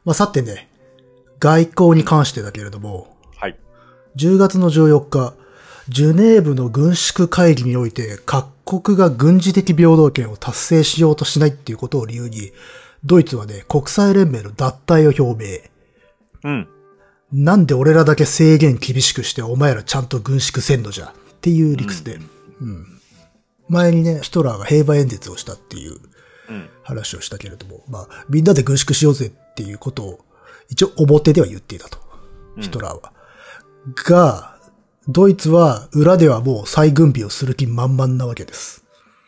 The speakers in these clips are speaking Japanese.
まあ、さてね、外交に関してだけれども、 はい。 10月の14日、ジュネーブの軍縮会議において各国が軍事的平等権を達成しようとしないっていうことを理由に、ドイツはね、国際連盟の脱退を表明。 うん。 なんで俺らだけ制限厳しくしてお前らちゃんと軍縮せんのじゃっていう理屈で。前にね、ヒトラーが平和演説をしたっていう話をしたけれども、まあ、みんなで軍縮しようぜっていうことを一応表では言っていたと。ヒトラーは。が、ドイツは裏ではもう再軍備をする気満々なわけです。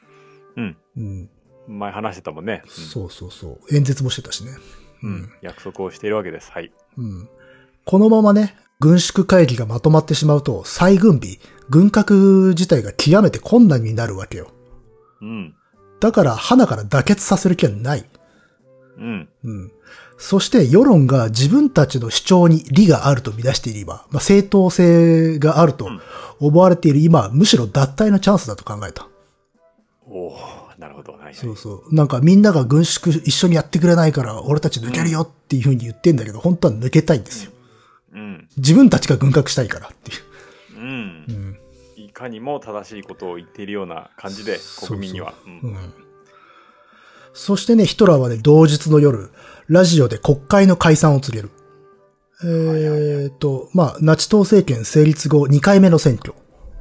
前話してたもんね。 そうそうそう。演説もしてたしね。 約束をしているわけです。はい。 このままね、軍縮会議がまとまってしまうと、再軍備、軍拡自体が極めて困難になるわけよ。だから、花から妥結させる気はない。そして、世論が自分たちの主張に利があると見出している今、まあ、正当性があると思われている今、むしろ脱退のチャンスだと考えた。 おー、なるほど。 そうそう。なんかみんなが軍縮一緒にやってくれないから、俺たち抜けるよっていう風に言ってんだけど、本当は抜けたいんですよ。自分たちが軍拡したいからっていう。 いかにも正しいことを言っているような感じで、国民には。 そしてね、ヒトラーはね、同日の夜、ラジオで国会の解散を告げる。まあ、ナチ党政権成立後2回目の選挙。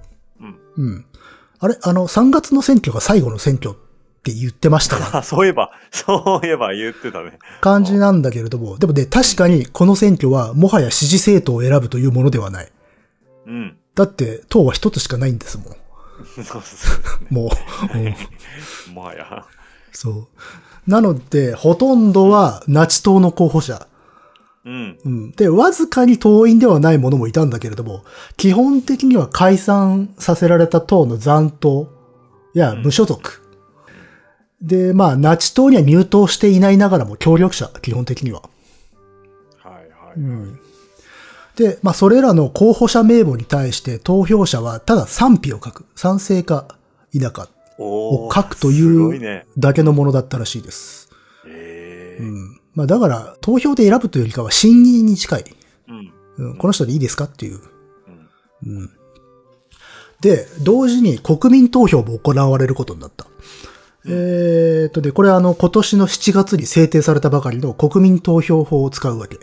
あれ3月の選挙が最後の選挙って言ってましたが。 そういえば言ってたね。 感じなんだけれども、でもね、確かにこの選挙はもはや支持政党を選ぶというものではない。だって、党は一つしかないんですもん。 そうですね。 もう。もはや。 そう。なので、ほとんどはナチ党の候補者。で、わずかに党員ではないものもいたんだけれども、基本的には解散させられた党の残党や無所属。で、まあ、ナチ党には入党していないながらも協力者、基本的には。で、まあ、それらの候補者名簿に対して投票者はただ賛否を書く。賛成か否かを書くというだけのものだったらしいです。まあ、だから、投票で選ぶというよりかは信任に近い。この人でいいですかっていう。で、同時に国民投票も行われることになった。で、これは今年の7月に制定されたばかりの国民投票法を使うわけ。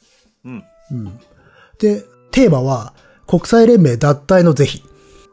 で、テーマは、国際連盟脱退の是非。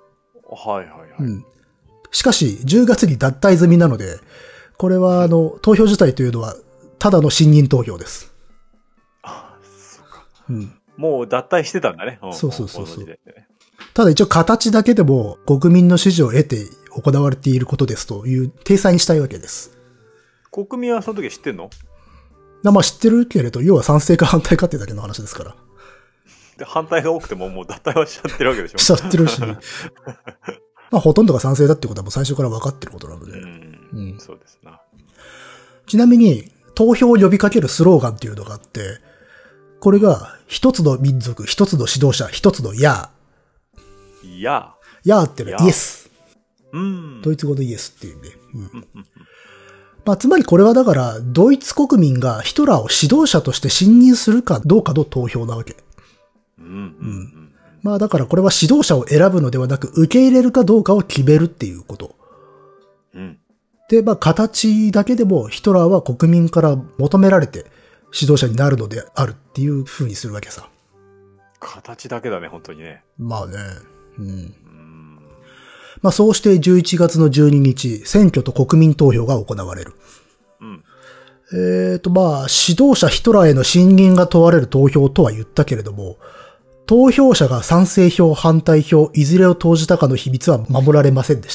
しかし、10月に脱退済みなので、これは投票自体というのは、ただの信任投票です。 そうか。もう脱退してたんだね。 そう。ただ一応形だけでも国民の支持を得て行われていることですという体裁にしたいわけです。 国民はその時知ってんの？ まあ知ってるけれど、要は賛成か反対かってだけの話ですから。 で、反対が多くてももう脱退はしちゃってるわけでしょ？ しちゃってるし。まあほとんどが賛成だってことはもう最初から分かってることなので。 そうですな。 ちなみに、投票を呼びかけるスローガンっていうのがあって、これが、一つの民族、一つの指導者、一つのヤー。 ヤーってのはイエス。ドイツ語のイエスっていう意味で。まあ、つまりこれはだから、ドイツ国民がヒトラーを指導者として信任するかどうかの投票なわけ。まあだからこれは指導者を選ぶのではなく、受け入れるかどうかを決めるっていうこと。で、まあ、形だけでもヒトラーは国民から求められて指導者になるのであるっていう風にするわけさ。 形だけだね、本当にね。 まあね。まあ、そうして11月の12日、選挙と国民投票が行われる。まあ、指導者ヒトラーへの信任が問われる投票とは言ったけれども、投票者が賛成票、反対票、いずれを投じたかの秘密は守られませんでした。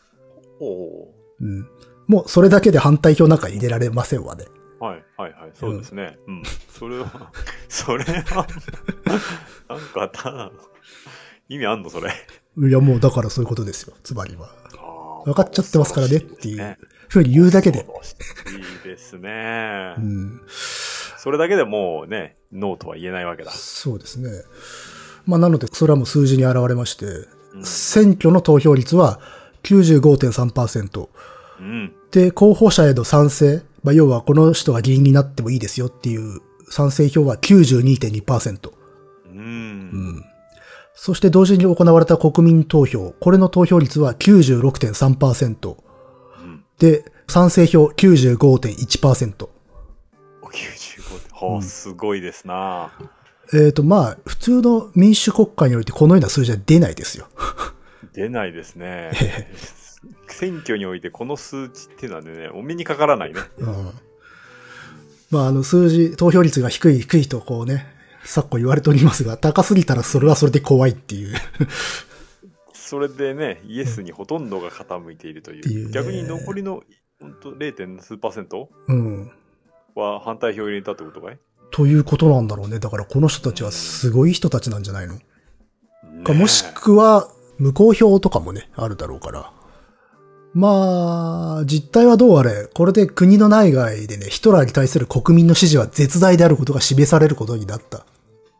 もうそれだけで反対票なんか入れられませんわね。 そうですね。それは、なんかただ、意味あんのそれ。 いやもうだからそういうことですよ。つまりは。分かっちゃってますからねっていうふうに言うだけで。いいですね。それだけでもうね、ノーとは言えないわけだ。 そうですね。まあなので、それはもう数字に現れまして、選挙の投票率は 95.3%。で、候補者への賛成、まあ要はこの人が議員になってもいいですよっていう賛成票は 92.2%。そして同時に行われた国民投票、これの投票率は 96.3%。で、賛成票 95.1%。 95.1%。すごいですな。 まあ、普通の民主国家においてこのような数字は出ないですよ。 出ないですね。選挙においてこの数値っていうのはね、お目にかからないね。 まあ、数字、投票率が低いとこうね、昨今言われておりますが、高すぎたらそれはそれで怖いっていう。 それでね、イエスにほとんどが傾いているという。逆に残りの、0. 数%は反対票を入れたってことかい？ ということなんだろうね。だからこの人たちはすごい人たちなんじゃないの？かもしくは、無効票とかもね、あるだろうから。まあ、実態はどうあれ、これで国の内外でね、ヒトラーに対する国民の支持は絶大であることが示されることになった。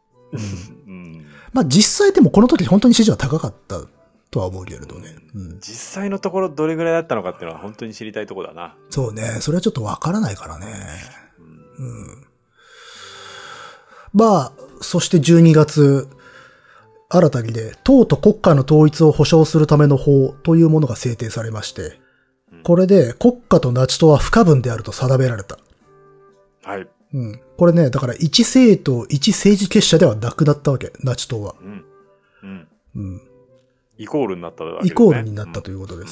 まあ実際でもこの時本当に支持は高かったとは思うけれどね。 実際のところどれぐらいだったのかっていうのは本当に知りたいところだな。 そうね、それはちょっとわからないからね。まあ、そして12月、新たにね、党と国家の統一を保障するための法というものが制定されまして、これで国家とナチ党は不可分であると定められた。 はい。 これね、だから一政党、一政治結社ではなくなったわけ、ナチ党は。 イコールになったわけですね。 イコールになったということです。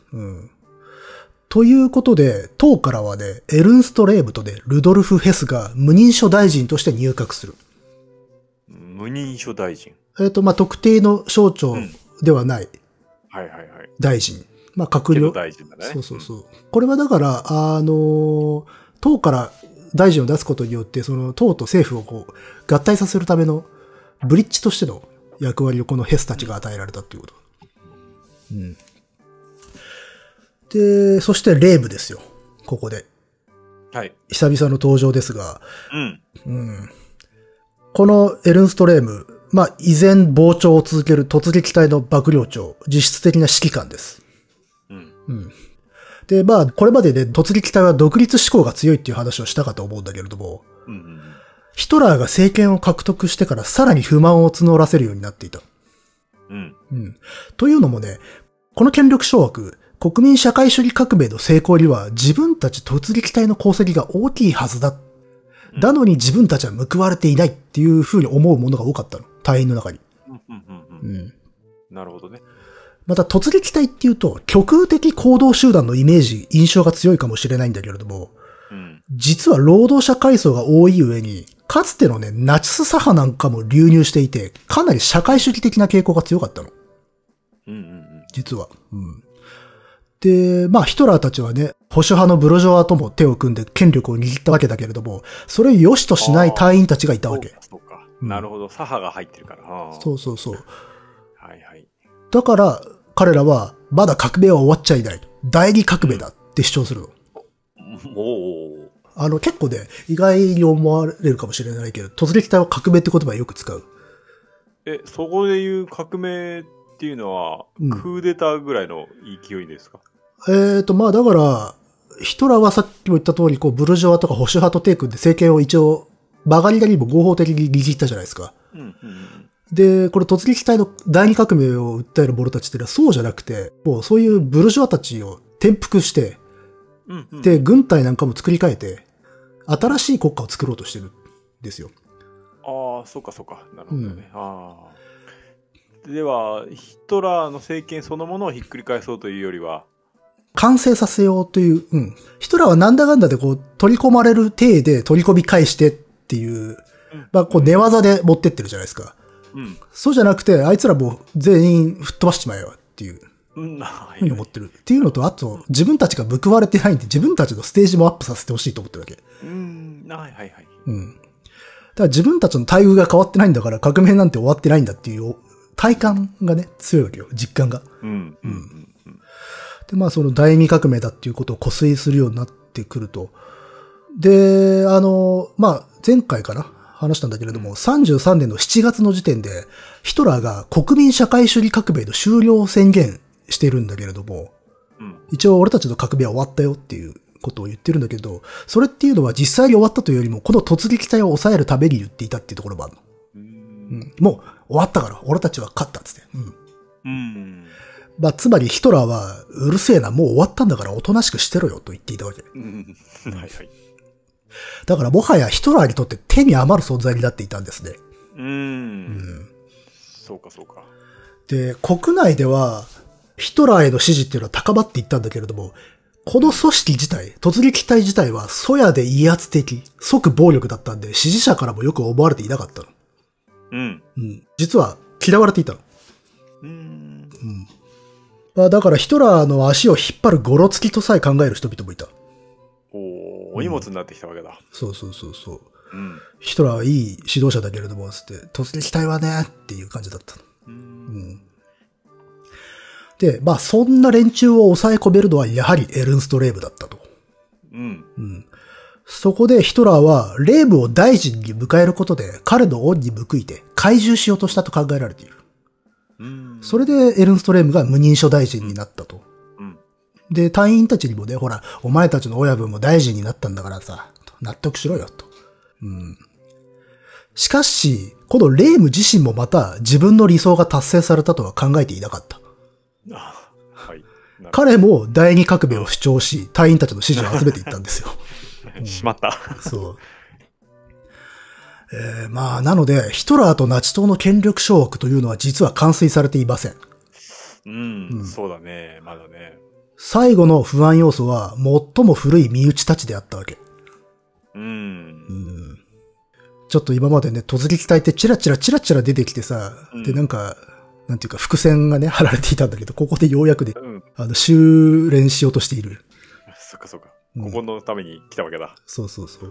ということで、党からはね、エルンスト・レーブとね、ルドルフ・ヘスが無認証大臣として入閣する。 無認証大臣。 まあ、特定の省庁ではない。大臣。まあ、閣僚。 大臣だね。 そう。これはだから、党から大臣を出すことによって、その党と政府をこう、合体させるためのブリッジとしての役割をこのヘスたちが与えられたということ。で、そしてレーブですよ。ここで。 はい。 久々の登場ですが。このエルンスト・レーム、まあ、依然膨張を続ける突撃隊の幕僚長、実質的な指揮官です。で、まあ、これまでね、突撃隊は独立志向が強いっていう話をしたかと思うんだけれども、ヒトラーが政権を獲得してからさらに不満を募らせるようになっていた。というのもね、この権力掌握、国民社会主義革命の成功には自分たち突撃隊の功績が大きいはずだ。なのに自分たちは報われていないっていうふうに思うものが多かったの。隊員の中に。 なるほどね。 また突撃隊っていうと、極右的行動集団のイメージ、印象が強いかもしれないんだけれども、実は労働者階層が多い上に、かつてのね、ナチス左派なんかも流入していて、かなり社会主義的な傾向が強かったの。実は。で、まあヒトラーたちはね、保守派のブルジョワとも手を組んで権力を握ったわけだけれども、それを良しとしない隊員たちがいたわけ。 そうか。なるほど。左派が入ってるから。 そう。だから、彼らは、まだ革命は終わっちゃいない。代理革命だって主張するの。結構ね、意外に思われるかもしれないけど、突撃隊は革命って言葉をよく使う。 そこで言う革命っていうのは、クーデターぐらいの勢いですか？ まあだから、ヒトラーはさっきも言った通り、こう、ブルジョワとか保守派と手組んで政権を一応、曲がりなりにも合法的に握ったじゃないですか。で、これ突撃隊の第二革命を訴える者たちってのはそうじゃなくて、もうそういうブルジョワたちを転覆して、で、軍隊なんかも作り変えて、新しい国家を作ろうとしてるんですよ。 そうか。なるほどね。では、ヒトラーの政権そのものをひっくり返そうというよりは、 完成させようという、ヒトラーはなんだかんだでこう、取り込まれる体で取り込み返してっていう、まあこう寝技で持ってってるじゃないですか。そうじゃなくて、あいつらもう全員吹っ飛ばしちまえよっていう、ふうに思ってる。っていうのと、あと、自分たちが報われてないんで、自分たちのステージもアップさせてほしいと思ってるわけ。だから自分たちの待遇が変わってないんだから、革命なんて終わってないんだっていう体感がね、強いわけよ、実感が。で、まあその第二革命だっていうことを固推するようになってくると。で、まあ前回かな話したんだけれども、33年の7月の時点で、ヒトラーが国民社会主義革命の終了を宣言してるんだけれども、一応俺たちの革命は終わったよっていうことを言ってるんだけど、それっていうのは実際に終わったというよりも、この突撃隊を抑えるために言っていたっていうところもあるの。もう終わったから、俺たちは勝ったっつって。まあ、つまりヒトラーは、うるせえな、もう終わったんだからおとなしくしてろよと言っていたわけ。はいはい。だからもはやヒトラーにとって手に余る存在になっていたんですね。 そうかそうか。 で、国内では、ヒトラーへの支持っていうのは高まっていったんだけれども、この組織自体、突撃隊自体は、粗野で威圧的、即暴力だったんで、支持者からもよく思われていなかったの。実は嫌われていたの。まあ、だからヒトラーの足を引っ張るゴロつきとさえ考える人々もいた。 お荷物になってきたわけだ。 そう。ヒトラーはいい指導者だけれども、つって、突撃隊はね、っていう感じだったの。で、まあ、そんな連中を抑え込めるのはやはりエルンスト・レームだったと。そこでヒトラーは、レームを大臣に迎えることで、彼の恩に報いて、懐柔しようとしたと考えられている。それでエルンスト・レームが無任所大臣になったと。で、隊員たちにもね、ほら、お前たちの親分も大臣になったんだからさ、納得しろよ、と。しかし、このレーム自身もまた自分の理想が達成されたとは考えていなかった。彼も第二革命を主張し、隊員たちの支持を集めていったんですよ。 しまった。 そう。まあ、なので、ヒトラーとナチ党の権力掌握というのは実は完遂されていません。 そうだね、まだね。 最後の不安要素は、最も古い身内たちであったわけ。ちょっと今までね、突撃隊ってチラチラ出てきてさ、で、なんていうか伏線がね、張られていたんだけど、ここでようやくで、修練しようとしている。 そっか。ここのために来たわけだ。 そう。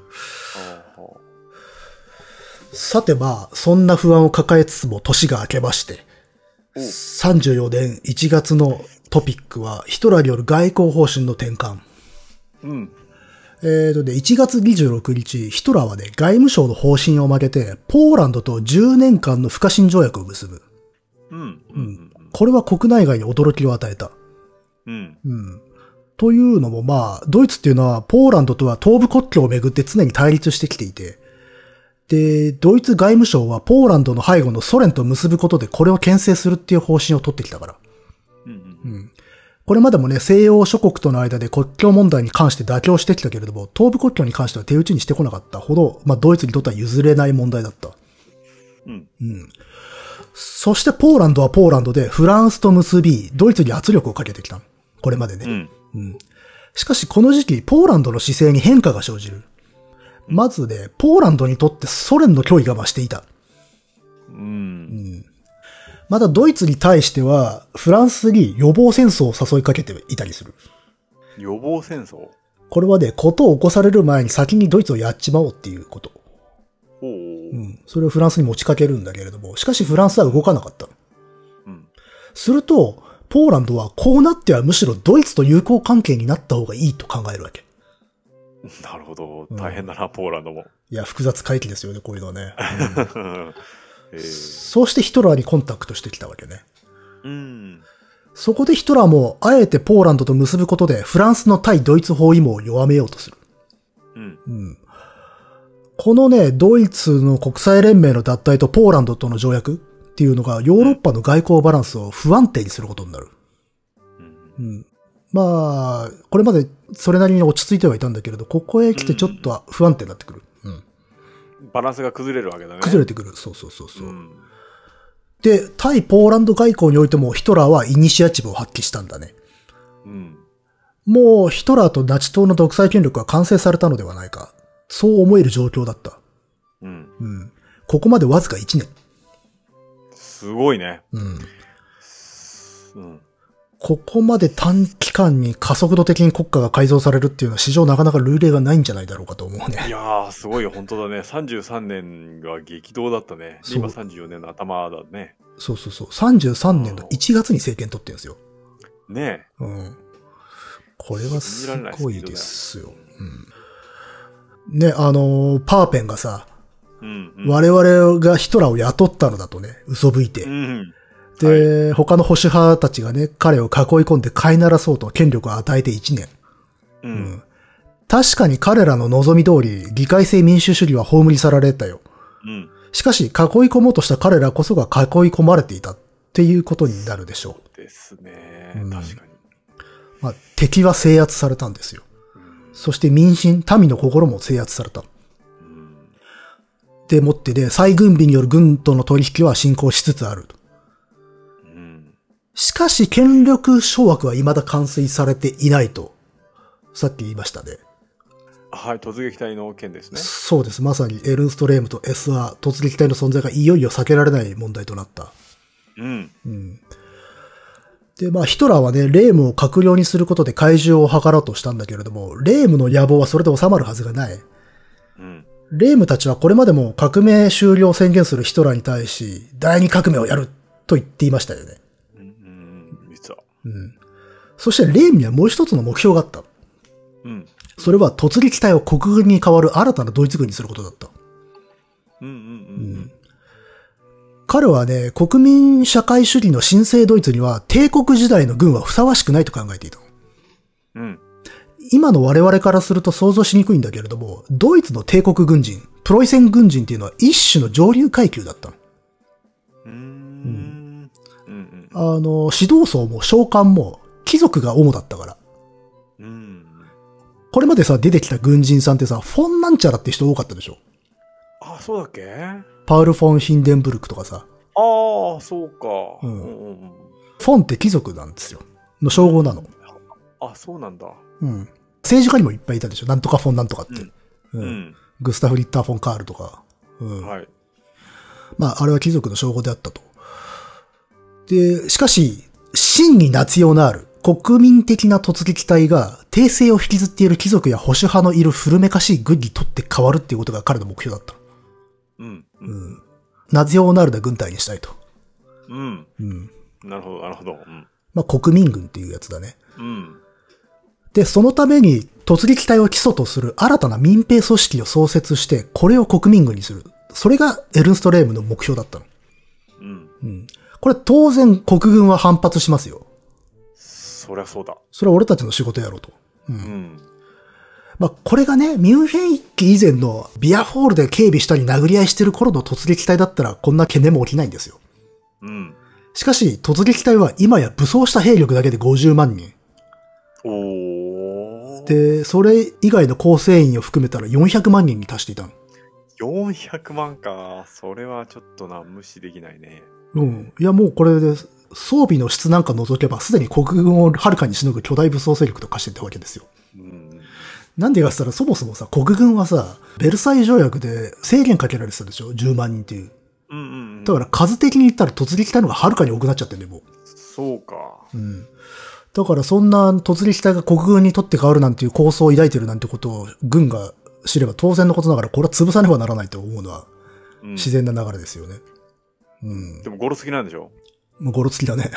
さてまあ、そんな不安を抱えつつも年が明けまして、34年1月のトピックは、ヒトラーによる外交方針の転換。1月26日、ヒトラーはね、外務省の方針を曲げて、ポーランドと10年間の不可侵条約を結ぶ。これは国内外に驚きを与えた。というのもまあ、ドイツっていうのは、ポーランドとは東部国境をめぐって常に対立してきていて、で、ドイツ外務省はポーランドの背後のソ連と結ぶことでこれを牽制するっていう方針を取ってきたから。これまでもね、西洋諸国との間で国境問題に関して妥協してきたけれども、東部国境に関しては手打ちにしてこなかったほど、まあ、ドイツにとっては譲れない問題だった。そしてポーランドはポーランドでフランスと結び、ドイツに圧力をかけてきた。これまでね。しかしこの時期、ポーランドの姿勢に変化が生じる。まずね、ポーランドにとってソ連の脅威が増していた。またドイツに対しては、フランスに予防戦争を誘いかけていたりする。 予防戦争？ これはね、ことを起こされる前に先にドイツをやっちまおうっていうこと。それをフランスに持ちかけるんだけれども、しかしフランスは動かなかった。すると、ポーランドはこうなってはむしろドイツと友好関係になった方がいいと考えるわけ。 なるほど。大変だな、ポーランドも。 いや、複雑回帰ですよね、こういうのはね。そうしてヒトラーにコンタクトしてきたわけね。そこでヒトラーもあえてポーランドと結ぶことでフランスの対ドイツ包囲網を弱めようとする。このね、ドイツの国際連盟の脱退とポーランドとの条約っていうのがヨーロッパの外交バランスを不安定にすることになる。まあ、これまでそれなりに落ち着いてはいたんだけれど、ここへ来てちょっと不安定になってくる。 バランスが崩れるわけだね。 崩れてくる。そう。で、対ポーランド外交においてもヒトラーはイニシアチブを発揮したんだね。もうヒトラーとナチ党の独裁権力は完成されたのではないか。そう思える状況だった。ここまでわずか1年。 すごいね。 ここまで短期間に加速度的に国家が改造されるっていうのは史上なかなか類例がないんじゃないだろうかと思うね。 いやー、すごいよ、本当だね。33年が激動だったね。今34年の頭だね。 そう。33年の1月に政権取ってるんですよ。 ねえ。 これはすごいですよ。ね、パーペンがさ、我々がヒトラーを雇ったのだとね、嘘吹いて。で、他の保守派たちがね、彼を囲い込んで飼いならそうと権力を与えて1年。 確かに彼らの望み通り、議会制民主主義は葬り去られたよ。 うん。 しかし、囲い込もうとした彼らこそが囲い込まれていたっていうことになるでしょう。 そうですね。確かに。 まあ、敵は制圧されたんですよ。そして民心、民の心も制圧された。でもってね、再軍備による軍との取引は進行しつつあると。しかし、権力掌握は未だ完遂されていないと、さっき言いましたね。 はい、突撃隊の件ですね。 そうです。まさにエルンストレームと SR、突撃隊の存在がいよいよ避けられない問題となった。で、まあ、ヒトラーはね、レームを閣僚にすることで懐柔を図ろうとしたんだけれども、レームの野望はそれで収まるはずがない。レームたちはこれまでも革命終了を宣言するヒトラーに対し、第二革命をやると言っていましたよね。 実は。 そしてレームにはもう一つの目標があった。それは突撃隊を国軍に代わる新たなドイツ軍にすることだった。彼はね、国民社会主義の新生ドイツには帝国時代の軍はふさわしくないと考えていた。今の我々からすると想像しにくいんだけれども、ドイツの帝国軍人、プロイセン軍人っていうのは一種の上流階級だったの。指導層も将官も貴族が主だったから。これまでさ、出てきた軍人さんってさ、フォンなんちゃらって人多かったでしょ。 あ、そうだっけ？ パウル・フォン・ヒンデンブルクとかさ。 ああ、そうか。 フォンって貴族なんですよ。の称号なの。 あ、そうなんだ。 政治家にもいっぱいいたでしょ。なんとかフォンなんとかって。グスタフ・リッター・フォン・カールとか。まあ、あれは貴族の称号であったと。で、しかし、真に夏用のある国民的な突撃隊が帝政を引きずっている貴族や保守派のいる古めかしい軍にとって変わるっていうことが彼の目標だった。夏用のあるな軍隊にしたいと。 なるほど、なるほど。 まあ、国民軍っていうやつだね。で、そのために突撃隊を基礎とする新たな民兵組織を創設して、これを国民軍にする。それがエルンストレームの目標だったの。これ当然国軍は反発しますよ。 そりゃそうだ。 それは俺たちの仕事やろうと。まあ、これがね、ミュンヘン一揆以前のビアホールで警備したり殴り合いしてる頃の突撃隊だったらこんな懸念も起きないんですよ。しかし、突撃隊は今や武装した兵力だけで50万人。で、それ以外の構成員を含めたら400万人に達していたの。 400万か。それはちょっとな、無視できないね。 いや、もうこれで、装備の質なんか除けば、すでに国軍をはるかにしのぐ巨大武装勢力と化していったわけですよ。なんでかって言ったら、そもそもさ、国軍はさ、ベルサイユ条約で制限かけられてたでしょ ?10 万人っていう。だから数的に言ったら突撃隊の方がはるかに多くなっちゃってんだよ、もう。 そうか。 だからそんな突撃隊が国軍にとって変わるなんていう構想を抱いてるなんてことを軍が知れば当然のことながら、これは潰さねばならないと思うのは自然な流れですよね。 でもゴロつきなんでしょ？ もうゴロつきだね。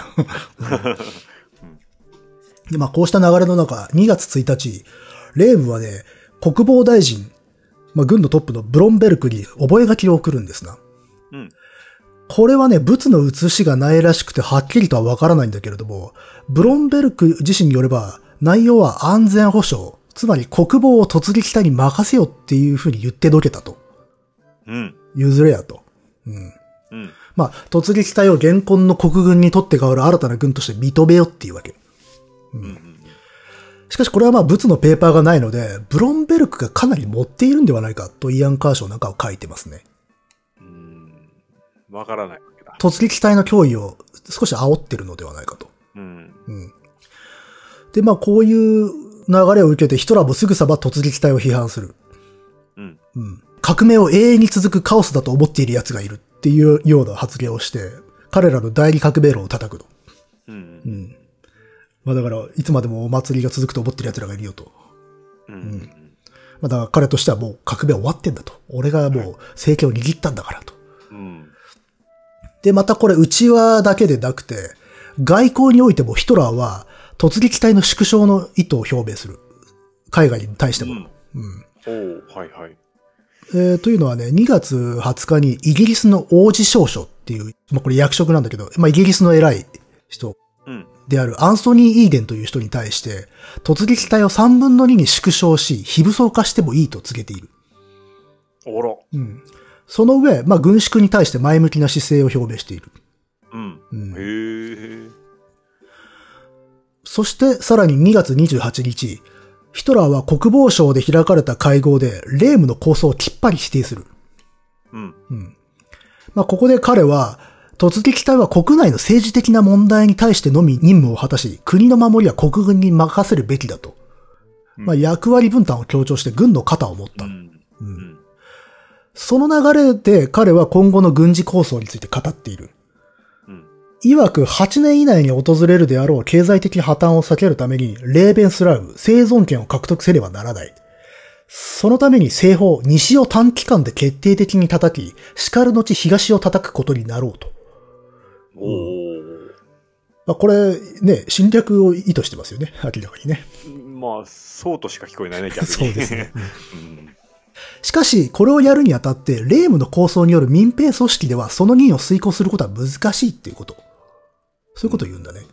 で、まあこうした流れの中、2月1日、レームはね、国防大臣、まあ軍のトップのブロンベルクに覚書を送るんですな。これはね、物の写しがないらしくてはっきりとはわからないんだけれども、ブロンベルク自身によれば、内容は安全保障、つまり国防を突撃隊に任せよっていうふうに言ってどけたと。譲れやと。まあ、突撃隊を現今の国軍にとって変わる新たな軍として認めよっていうわけ。しかしこれはまあ、物のペーパーがないので、ブロンベルクがかなり持っているんではないかとイアン・カーショーなんかを書いてますね。 わからないわけだ。 突撃隊の脅威を少し煽ってるのではないかと。で、まあ、こういう流れを受けてヒトラーもすぐさま突撃隊を批判する。革命を永遠に続くカオスだと思っている奴がいるっていうような発言をして、彼らの代理革命論を叩くと。まあだから、いつまでもお祭りが続くと思ってる奴らがいるよと。まあだから彼としてはもう革命終わってんだと。俺がもう政権を握ったんだからと。で、またこれ内輪だけでなくて、外交においてもヒトラーは突撃隊の縮小の意図を表明する。海外に対しても。というのはね、2月20日にイギリスの王子商書っていう、まあこれ役職なんだけど、まあイギリスの偉い人であるアンソニー・イーデンという人に対して、突撃隊を3分の2に縮小し、非武装化してもいいと告げている。 おろ。 うん。その上、軍縮に対して前向きな姿勢を表明している。 うん。へえ。 そして、さらに2月28日、ヒトラーは国防省で開かれた会合で、レームの構想をきっぱり否定する。 うん。 ここで彼は、突撃隊は国内の政治的な問題に対してのみ任務を果たし、国の守りは国軍に任せるべきだと。役割分担を強調して軍の肩を持った。その流れで彼は今後の軍事構想について語っている。曰く8年以内に訪れるであろう経済的破綻を避けるために、レーベンスラウム、生存権を獲得せねばならない。そのために西方、西を短期間で決定的に叩き、しかる後東を叩くことになろうと。これ、ね、侵略を意図してますよね、明らかにね。 そうとしか聞こえないね、逆に。 そうですね。しかし、これをやるにあたって、レームの構想による民兵組織では、その任を遂行することは難しいっていうこと。そういうことを言うんだね。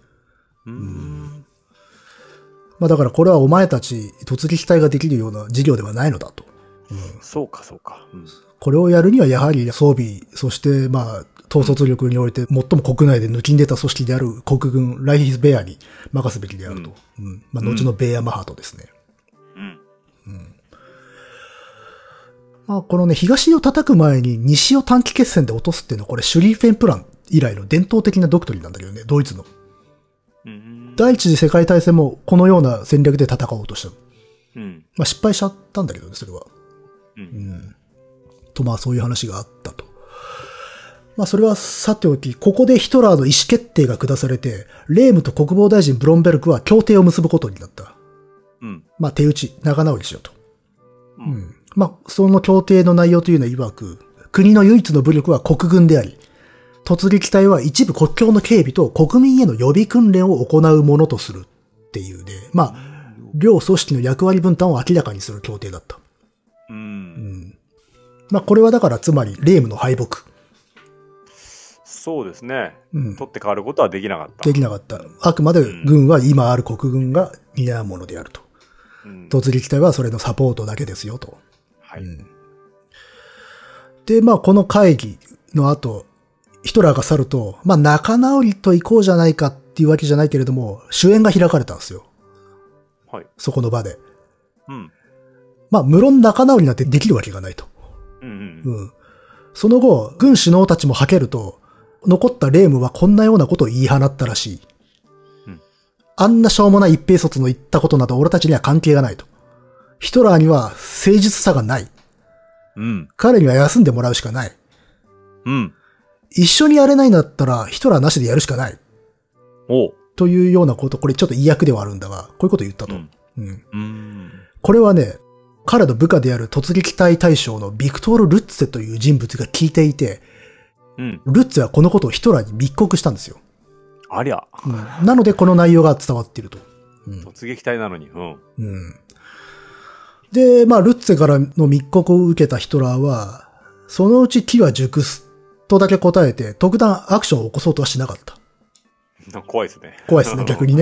だからこれはお前たち突撃隊ができるような事業ではないのだと。 そうか、そうか。 これをやるにはやはり装備、そして統率力において最も国内で抜きん出た組織である国軍、ライヒスベアに任すべきであると。後のベアマハトですね。このね、東を叩く前に西を短期決戦で落とすっていうのはこれシュリーフェンプラン以来の伝統的なドクトリンなんだけどね、ドイツの。第一次世界大戦もこのような戦略で戦おうとした。失敗しちゃったんだけどね、それは。そういう話があったと。それはさておき、ここでヒトラーの意思決定が下されて、レームと国防大臣ブロンベルクは協定を結ぶことになった。手打ち、仲直りしようと。その協定の内容というのは曰く、国の唯一の武力は国軍であり、突撃隊は一部国境の警備と国民への予備訓練を行うものとするっていうね、両組織の役割分担を明らかにする協定だった。これはだからつまりレームの敗北。 そうですね。取って変わることはできなかった。 できなかった。あくまで軍は今ある国軍が担うものであると。突撃隊はそれのサポートだけですよと。で、この会議の後、ヒトラーが去ると、仲直りと行こうじゃないかっていうわけじゃないけれども、酒宴が開かれたんですよ。そこの場で。無論仲直りなんてできるわけがないと。その後、軍首脳たちもはけると、残ったレームはこんなようなことを言い放ったらしい。あんなしょうもない一平卒の言ったことなど俺たちには関係がないと。ヒトラーには誠実さがない。彼には休んでもらうしかない。一緒にやれないんだったらヒトラーなしでやるしかない。というようなこと、これちょっと意訳ではあるんだが、こういうことを言ったと。これはね、彼の部下である突撃隊大将のビクトール・ルッツェという人物が聞いていて、ルッツェはこのことをヒトラーに密告したんですよ。 ありゃ。 なのでこの内容が伝わっていると。 突撃隊なのに。 で、ルッツェからの密告を受けたヒトラーは、そのうち機は熟すとだけ答えて、特段アクションを起こそうとはしなかった。 怖いですね。 怖いですね、逆にね。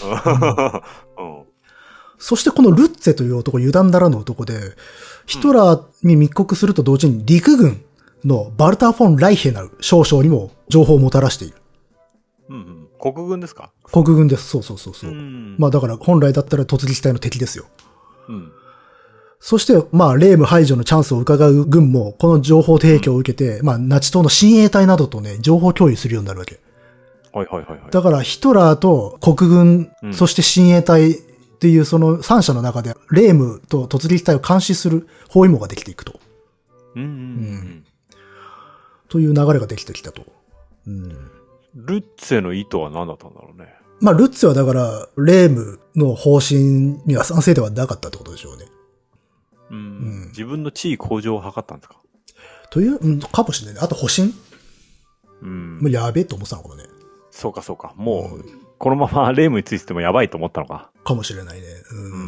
そしてこのルッツェという男、油断ならぬ男で、ヒトラーに密告すると同時に陸軍のバルター・フォン・ライヘナル少将にも情報をもたらしている。 国軍ですか？ 国軍です。そう。だから本来だったら突撃隊の敵ですよ。そして、レーム排除のチャンスを伺う軍も、この情報提供を受けて、ナチ党の親衛隊などとね、情報共有するようになるわけ。だから、ヒトラーと国軍、そして親衛隊っていうその三者の中で、レームと突撃隊を監視する包囲網ができていくと。という流れができてきたと。 ルッツェの意図は何だったんだろうね。 ルッツェはだから、レームの方針には賛成ではなかったってことでしょうね。 自分の地位向上を図ったんですか？ という、かもしれないね。あと保身？もうやべえと思ってたのかもね。 そうか。もう、このままレームについてもやばいと思ったのか。 かもしれないね。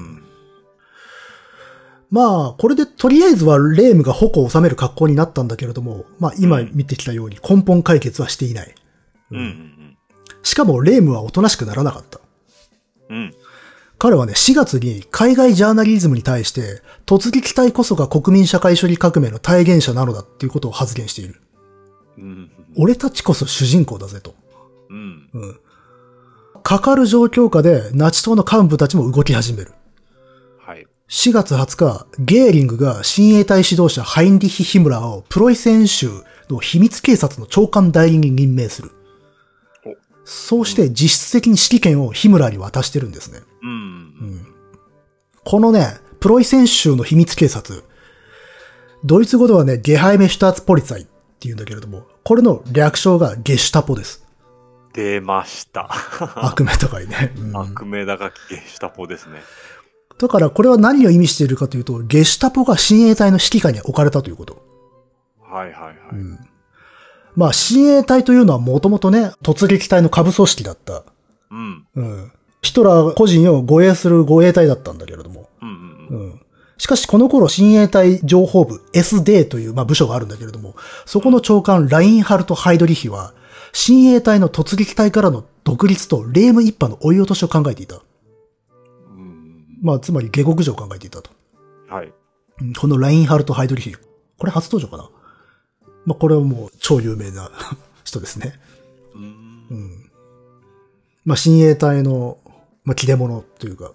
これでとりあえずはレームが矛を収める格好になったんだけれども、今見てきたように根本解決はしていない。 しかもレームはおとなしくならなかった。 うん。 彼はね、4月に海外ジャーナリズムに対して、突撃隊こそが国民社会主義革命の体現者なのだっていうことを発言している。 うん、 俺たちこそ主人公だぜと。 うん。 うん。かかる状況下でナチ党の幹部たちも動き始める。 はい。 4月20日、ゲーリングが親衛隊指導者ハインリヒ・ヒムラーをプロイセン州の秘密警察の長官代理に任命する。そうして実質的に指揮権をヒムラーに渡してるんですね。 うん。うん、 このね、プロイセン州の秘密警察、ドイツ語ではね、ゲハイメシュターツポリツァイって言うんだけれども、これの略称がゲシュタポです。 出ました。 悪名高いね。 悪名高きゲシュタポですね。 だからこれは何を意味しているかというと、ゲシュタポが親衛隊の指揮下に置かれたということ。 はいはいはい。 まあ、親衛隊というのはもともとね、突撃隊の下部組織だった。 うん。 ヒトラー個人を護衛する護衛隊だったんだけれども。しかしこの頃親衛隊情報部 SD という、まあ、部署があるんだけれども、そこの長官ラインハルト・ハイドリヒは、親衛隊の突撃隊からの独立とレーム一派の追い落としを考えていた。まあ、つまり下克上を考えていたと。 はい。 このラインハルト・ハイドリヒ。これ初登場かな？まあ、これはもう超有名な人ですね。まあ、親衛隊の、まあ、切れ者というか、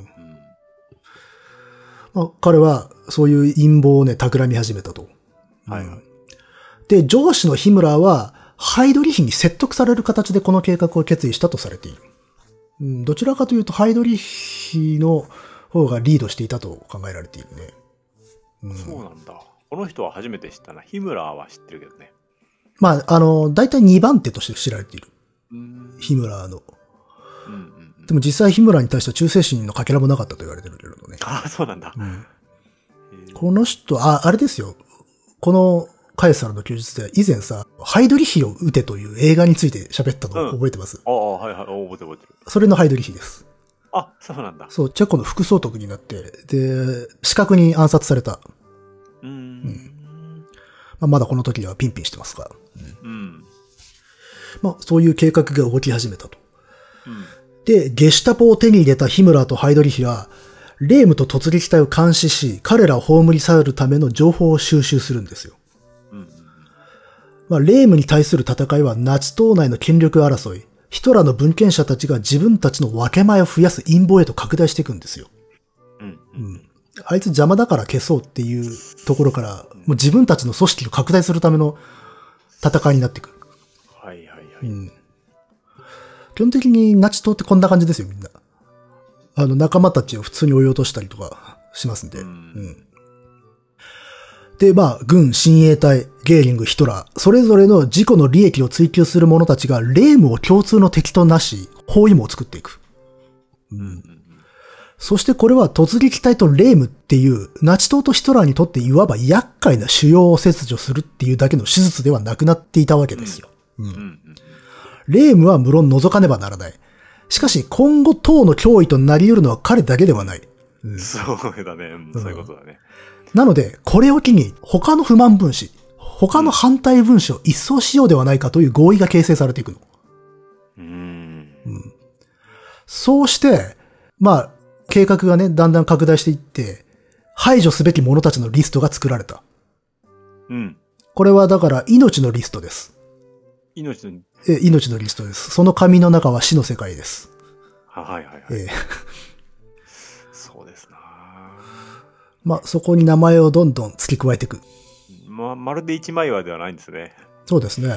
まあ、彼はそういう陰謀をね、企み始めたと。 はい。 で、上司のヒムラーは、ハイドリヒに説得される形でこの計画を決意したとされている。どちらかというと、ハイドリヒの方がリードしていたと考えられているね。 そうなんだ。この人は初めて知ったな。ヒムラーは知ってるけどね。 まあ、大体2番手として知られている。ヒムラーの。でも実際ヒムラーに対しては忠誠心のかけらもなかったと言われてるけれどね。 ああ、そうなんだ。 この人、あれですよ。このカエサルの休日で以前さ、ハイドリヒを撃てという映画について喋ったの覚えてます？ ああ、はいはい、覚えてる。 それのハイドリヒです。 あ、そうなんだ。 そう、チェコの副総督になって、で、死角に暗殺された。まあ、まだこの時にはピンピンしてますから。まあ、そういう計画が動き始めたと。で、ゲシュタポを手に入れたヒムラーとハイドリヒは、レームと突撃隊を監視し、彼らを葬り去るための情報を収集するんですよ。まあ、レームに対する戦いはナチ党内の権力争い、ヒトラーの文献者たちが自分たちの分け前を増やす陰謀へと拡大していくんですよ。あいつ邪魔だから消そうっていうところから、もう自分たちの組織を拡大するための戦いになっていく。基本的にナチ党ってこんな感じですよ、みんな。仲間たちを普通に追い落としたりとかしますんで。で、まあ、軍、親衛隊、ゲーリング、ヒトラー、それぞれの自己の利益を追求する者たちが、レームを共通の敵となし、包囲網を作っていく。そしてこれは突撃隊とレームっていう、ナチ党とヒトラーにとっていわば厄介な腫瘍を切除するっていうだけの手術ではなくなっていたわけですよ。レームは無論除かねばならない。しかし今後党の脅威となり得るのは彼だけではない。 そうだね。そういうことだね。 なので、これを機に他の不満分子、他の反対分子を一掃しようではないかという合意が形成されていくの。そうして、まあ、計画がね、だんだん拡大していって、排除すべき者たちのリストが作られた。これはだから命のリストです。命のリストです。その紙の中は死の世界です。 そうですな。 まあ、そこに名前をどんどん付け加えていく。 まるで一枚岩ではないんですね。 そうですね。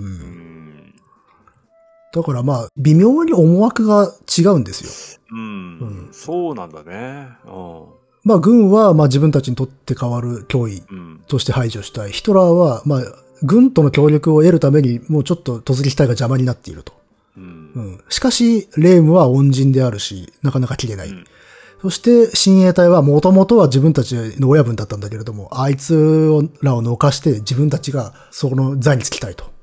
だからまあ、微妙に思惑が違うんですよ。 そうなんだね。 まあ、軍はまあ自分たちにとって変わる脅威として排除したい。ヒトラーはまあ、軍との協力を得るためにもうちょっと突撃隊が邪魔になっていると。しかし、レームは恩人であるし、なかなか切れない。そして、親衛隊はもともとは自分たちの親分だったんだけれども、あいつらを逃して自分たちがその座につきたいと。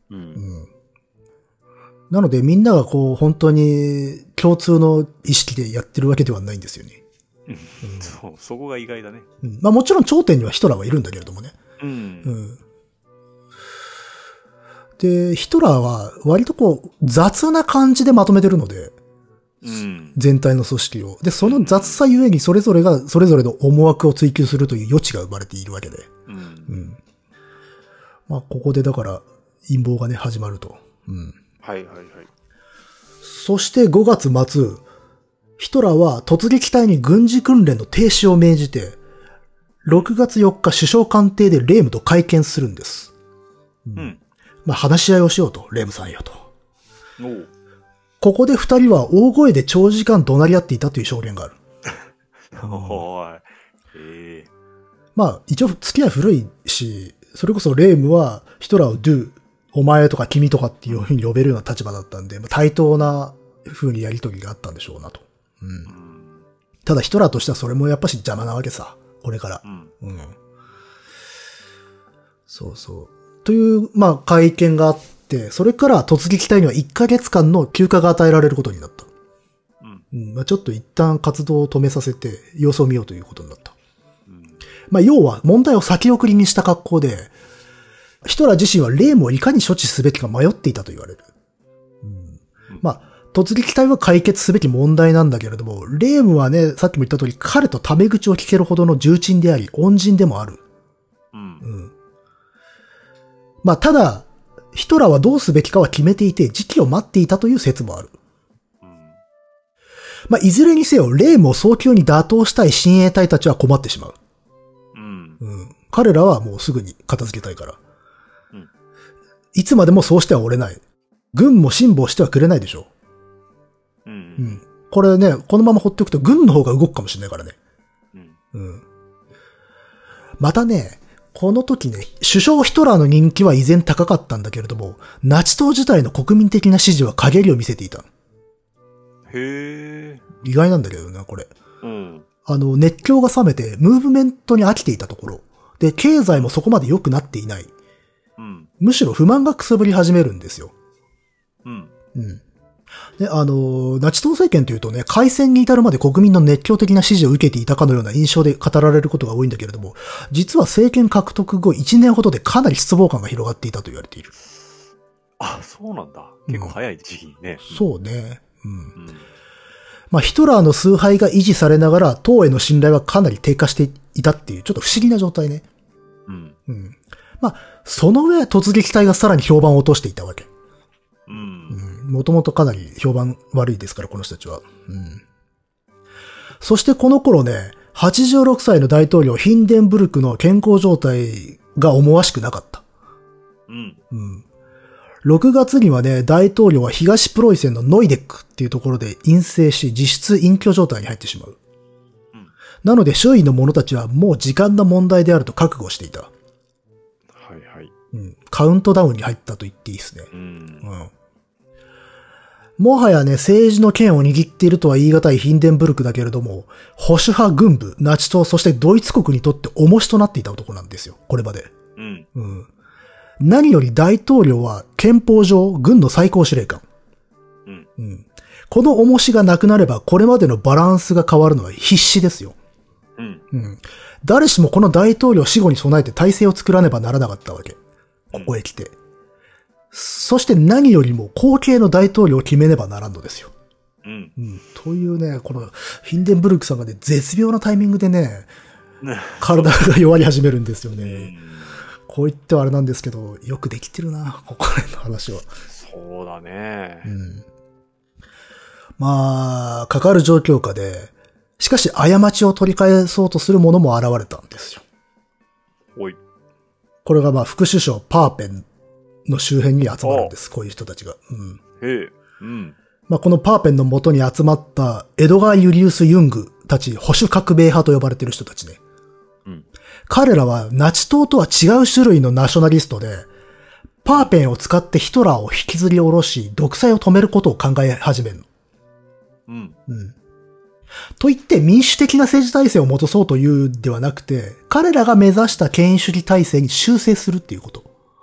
なのでみんながこう本当に共通の意識でやってるわけではないんですよね。 そこが意外だね。 まあもちろん頂点にはヒトラーはいるんだけれどもね。 で、ヒトラーは割とこう雑な感じでまとめてるので、 うん、 全体の組織を。で、その雑さゆえにそれぞれがそれぞれの思惑を追求するという余地が生まれているわけで。 うんうん、 まあ、ここでだから陰謀がね、始まると。 はいはいはい。 そして5月末、ヒトラーは突撃隊に軍事訓練の停止を命じて、6月4日首相官邸でレームと会見するんです。まあ話し合いをしようと、レームさんよと。ここで二人は大声で長時間怒鳴り合っていたという証言がある。まあ一応付き合い古いし、それこそレームはヒトラーをドゥ、お前とか君とかっていう風に呼べるような立場だったんで、まあ、対等な風にやりとりがあったんでしょうなと。ただヒトラーとしてはそれもやっぱし邪魔なわけさ。これから。そうそう。という、まあ会見があって、それから突撃隊には1ヶ月間の休暇が与えられることになった。まあ、ちょっと一旦活動を止めさせて様子を見ようということになった。まあ要は問題を先送りにした格好で、ヒトラー自身はレームをいかに処置すべきか迷っていたと言われる。まあ、突撃隊は解決すべき問題なんだけれども、レームはね、さっきも言った通り、彼とタメ口を聞けるほどの重鎮であり、恩人でもある。まあ、ただ、ヒトラーはどうすべきかは決めていて、時期を待っていたという説もある。まあ、いずれにせよ、レームを早急に打倒したい親衛隊たちは困ってしまう。彼らはもうすぐに片付けたいから。いつまでもそうしてはおれない。軍も辛抱してはくれないでしょ。これね、このまま放っておくと軍の方が動くかもしれないからね。またね、この時ね、首相ヒトラーの人気は依然高かったんだけれども、ナチ党自体の国民的な支持は陰りを見せていた。意外なんだけどね、これ。熱狂が冷めて、ムーブメントに飽きていたところ。で、経済もそこまで良くなっていない。むしろ不満がくすぶり始めるんですよ。で、ナチ党政権というとね、開戦に至るまで国民の熱狂的な支持を受けていたかのような印象で語られることが多いんだけれども、実は政権獲得後1年ほどでかなり失望感が広がっていたと言われている。 あ、そうなんだ。結構早い時期にね。 そうね。まあ、ヒトラーの崇拝が維持されながら、党への信頼はかなり低下していたっていう、ちょっと不思議な状態ね。まあ、その上、突撃隊がさらに評判を落としていたわけ。もともとかなり評判悪いですから、この人たちは。そしてこの頃ね、86歳の大統領ヒンデンブルクの健康状態が思わしくなかった。6月にはね、大統領は東プロイセンのノイデックっていうところで陰性し、実質隠居状態に入ってしまう。なので周囲の者たちはもう時間の問題であると覚悟していた。カウントダウンに入ったと言っていいですね。もはやね、政治の権を握っているとは言い難いヒンデンブルクだけれども、保守派軍部、ナチ党、そしてドイツ国にとって重しとなっていた男なんですよ。これまで。何より大統領は憲法上軍の最高司令官。この重しがなくなればこれまでのバランスが変わるのは必至ですよ。誰しもこの大統領死後に備えて体制を作らねばならなかったわけ。ここへ来て。そして何よりも後継の大統領を決めねばならんのですよ。というね、このヒンデンブルクさんがね、絶妙なタイミングでね、体が弱り始めるんですよね。こう言ってはあれなんですけど、よくできてるな、ここら辺の話は。 そうだね。 まあ、かかる状況下で、しかし過ちを取り返そうとする者も現れたんですよ。これがまあ副首相パーペンの周辺に集まるんです。こういう人たちが。まあこのパーペンの元に集まったエドガー・ユリウス・ユングたち保守革命派と呼ばれている人たちね。彼らはナチ党とは違う種類のナショナリストで、パーペンを使ってヒトラーを引きずり下ろし、独裁を止めることを考え始めるの。と言って民主的な政治体制を戻そうというではなくて、彼らが目指した権威主義体制に修正するっていうこと。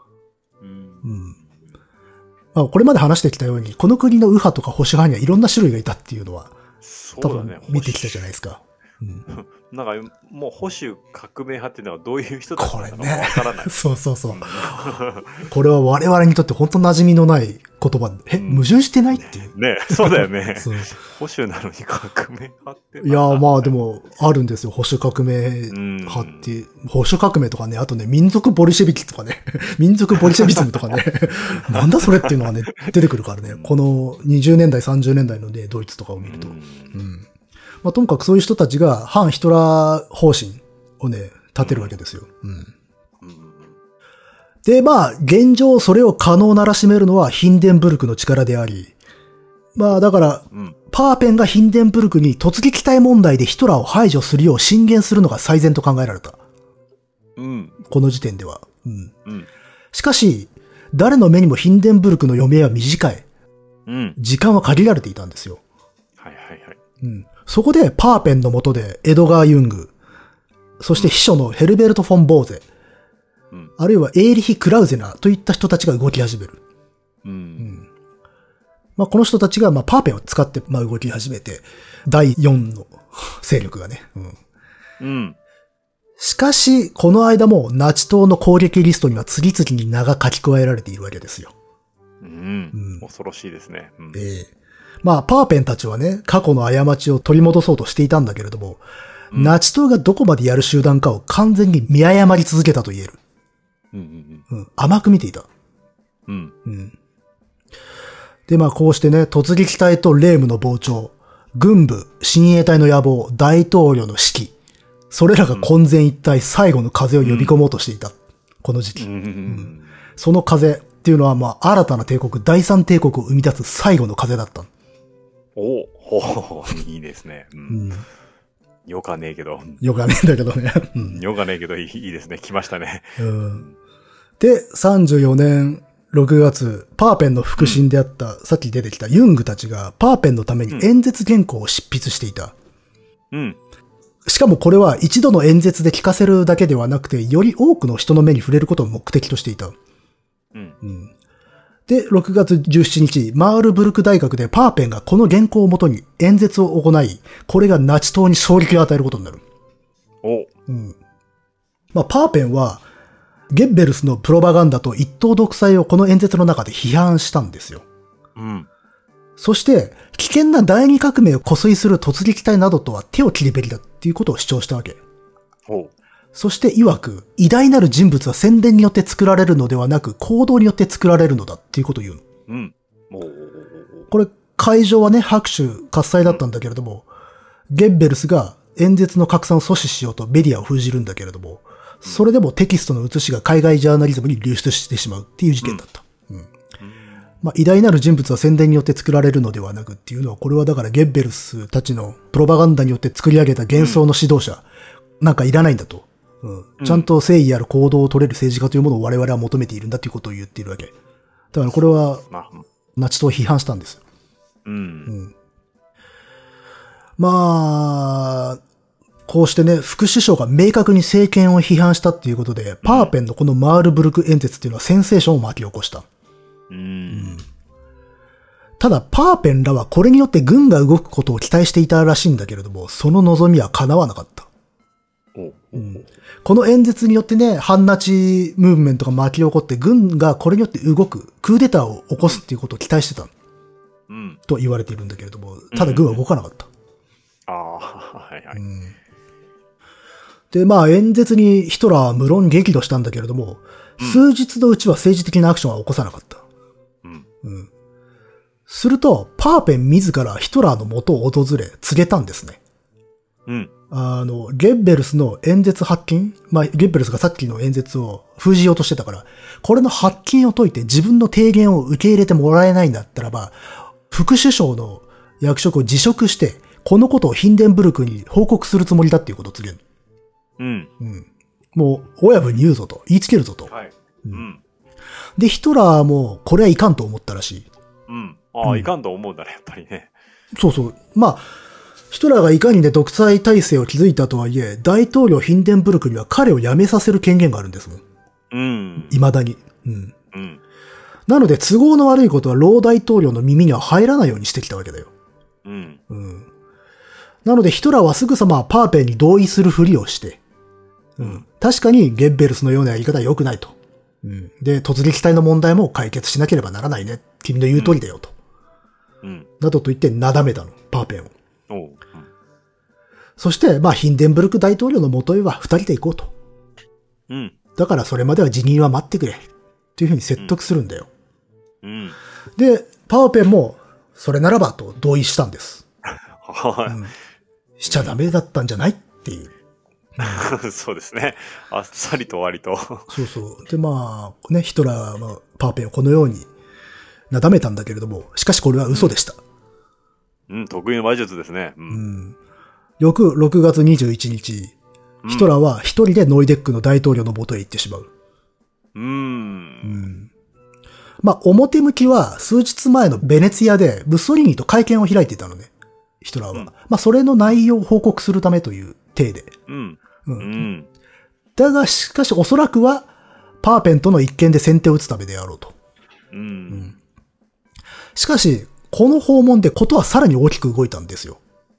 まあ、これまで話してきたように、この国の右派とか保守派にはいろんな種類がいたっていうのは、多分見てきたじゃないですか。 なんかもう保守革命派っていうのはどういう人たちなのかわからない。 そうそうそう。これは我々にとって本当馴染みのない言葉。矛盾してないっていう。 ね、そうだよね。保守なのに革命派って。 いや、まあでも、あるんですよ。保守革命派っていう。保守革命とかね、あとね、民族ボリシェビキとかね、民族ボリシェビズムとかね、なんだそれっていうのがね、出てくるからね、この20年代、30年代のね、ドイツとかを見ると。まあ、ともかくそういう人たちが反ヒトラー方針をね、立てるわけですよ。で、まあ、現状それを可能ならしめるのはヒンデンブルクの力であり、まあだから、パーペンがヒンデンブルクに突撃隊問題でヒトラーを排除するよう進言するのが最善と考えられた。この時点では。しかし、誰の目にもヒンデンブルクの余命は短い。時間は限られていたんですよ。そこでパーペンの下でエドガー・ユング、そして秘書のヘルベルト・フォン・ボーゼ、あるいはエーリヒ・クラウゼナーといった人たちが動き始める。まあ、この人たちがまあパーペンを使ってまあ動き始めて、第4の勢力がね。しかし、この間もナチ党の攻撃リストには次々に名が書き加えられているわけですよ。 恐ろしいですね。 まあ、パーペンたちはね、過去の過ちを取り戻そうとしていたんだけれども、ナチ党がどこまでやる集団かを完全に見誤り続けたと言える。甘く見ていた。で、まあ、こうしてね、突撃隊と霊夢の膨張、軍部、親衛隊の野望、大統領の指揮、それらが混然一体最後の風を呼び込もうとしていた。この時期。その風っていうのは、まあ、新たな帝国、第三帝国を生み出す最後の風だった。 いいですね。よかねえけど。 よかねえんだけどね。 よかねえけどいいですね。来ましたね。 で、34年6月、パーペンの腹心であった、さっき出てきたユングたちが、パーペンのために演説原稿を執筆していた。しかもこれは一度の演説で聞かせるだけではなくて、より多くの人の目に触れることを目的としていた。で、6月17日、マールブルク大学でパーペンがこの原稿をもとに演説を行い、これがナチ党に衝撃を与えることになる。まあ、パーペンは、ゲッベルスのプロパガンダと一党独裁をこの演説の中で批判したんですよ。そして、危険な第二革命を固遂する突撃隊などとは手を切るべきだっていうことを主張したわけ。そして曰く、偉大なる人物は宣伝によって作られるのではなく、行動によって作られるのだっていうことを言うの。これ、会場はね、拍手喝采だったんだけれども、ゲッベルスが演説の拡散を阻止しようとメディアを封じるんだけれども、それでもテキストの写しが海外ジャーナリズムに流出してしまうっていう事件だった。まあ、偉大なる人物は宣伝によって作られるのではなくっていうのは、これはだからゲッベルスたちのプロパガンダによって作り上げた幻想の指導者、なんかいらないんだと。ちゃんと誠意ある行動を取れる政治家というものを我々は求めているんだということを言っているわけ。だからこれは、ナチ党を批判したんです。まあ、こうしてね、副首相が明確に政権を批判したっていうことで、パーペンのこのマールブルク演説っていうのはセンセーションを巻き起こした。ただ、パーペンらはこれによって軍が動くことを期待していたらしいんだけれども、その望みは叶わなかった。この演説によってね、反ナチムーブメントが巻き起こって、軍がこれによって動く、クーデターを起こすっていうことを期待してた。と言われているんだけれども、ただ軍は動かなかった。で、まあ演説にヒトラーは無論激怒したんだけれども、数日のうちは政治的なアクションは起こさなかった。すると、パーペン自らヒトラーの元を訪れ、告げたんですね。ゲッベルスの演説発禁、まあ、ゲッベルスがさっきの演説を封じようとしてたから、これの発禁を解いて自分の提言を受け入れてもらえないんだったらば、副首相の役職を辞職して、このことをヒンデンブルクに報告するつもりだっていうことを告げる。もう、親分に言うぞと、言いつけるぞと。で、ヒトラーも、これはいかんと思ったらしい。 いかんと思うんだね、やっぱりね。 そうそう。まあ、ヒトラーがいかにね、独裁体制を築いたとはいえ、大統領ヒンデンブルクには彼を辞めさせる権限があるんですもん。未だに。なので、都合の悪いことは、ロー大統領の耳には入らないようにしてきたわけだよ。 なのでヒトラーはすぐさまパーペンに同意するふりをして、確かにゲッベルスのようなやり方は良くないと。で、突撃隊の問題も解決しなければならないね。君の言う通りだよと。などと言ってなだめたの、パーペンを。そして、ヒンデンブルク大統領の元へは二人で行こうと。だからそれまでは辞任は待ってくれ。っていうふうに説得するんだよ。で、パーペンも、それならばと同意したんです。しちゃダメだったんじゃないっていう。 そうですね。あっさりと割と。 そうそう。で、ヒトラーはパーペンをこのようになだめたんだけれども、しかしこれは嘘でした。 得意の馬術ですね。 翌6月21日、ヒトラーは一人でノイデックの大統領の元へ行ってしまう。表向きは数日前のベネツィアでムッソリーニと会見を開いていたのね。ヒトラーは。それの内容を報告するためという体で。だが、しかしおそらくは、パーペンとの一件で先手を打つためであろうと。しかし、この訪問でことはさらに大きく動いたんですよ。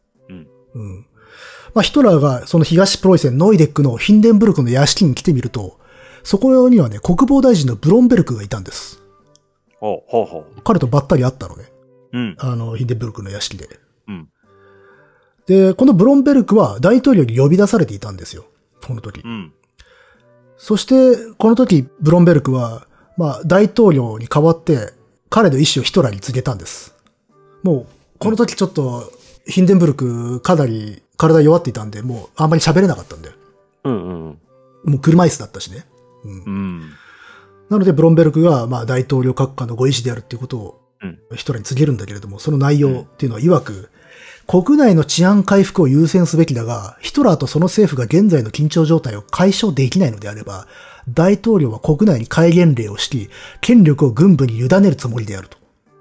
ヒトラーがその東プロイセンノイデックのヒンデンブルクの屋敷に来てみると、そこにはね、国防大臣のブロンベルクがいたんです。彼とばったり会ったのね。ヒンデンブルクの屋敷で。で、このブロンベルクは大統領に呼び出されていたんですよ。この時。そして、この時、ブロンベルクは、大統領に代わって、彼の意思をヒトラーに告げたんです。もう、この時ちょっと、ヒンデンブルク、かなり体弱っていたんで、もう、あんまり喋れなかったんだよ。もう車椅子だったしね。なので、ブロンベルクが、大統領閣下のご意思であるっていうことを、ヒトラーに告げるんだけれども、その内容っていうのは、曰く、国内の治安回復を優先すべきだが、ヒトラーとその政府が現在の緊張状態を解消できないのであれば、大統領は国内に戒厳令を敷き、権力を軍部に委ねるつもりであると。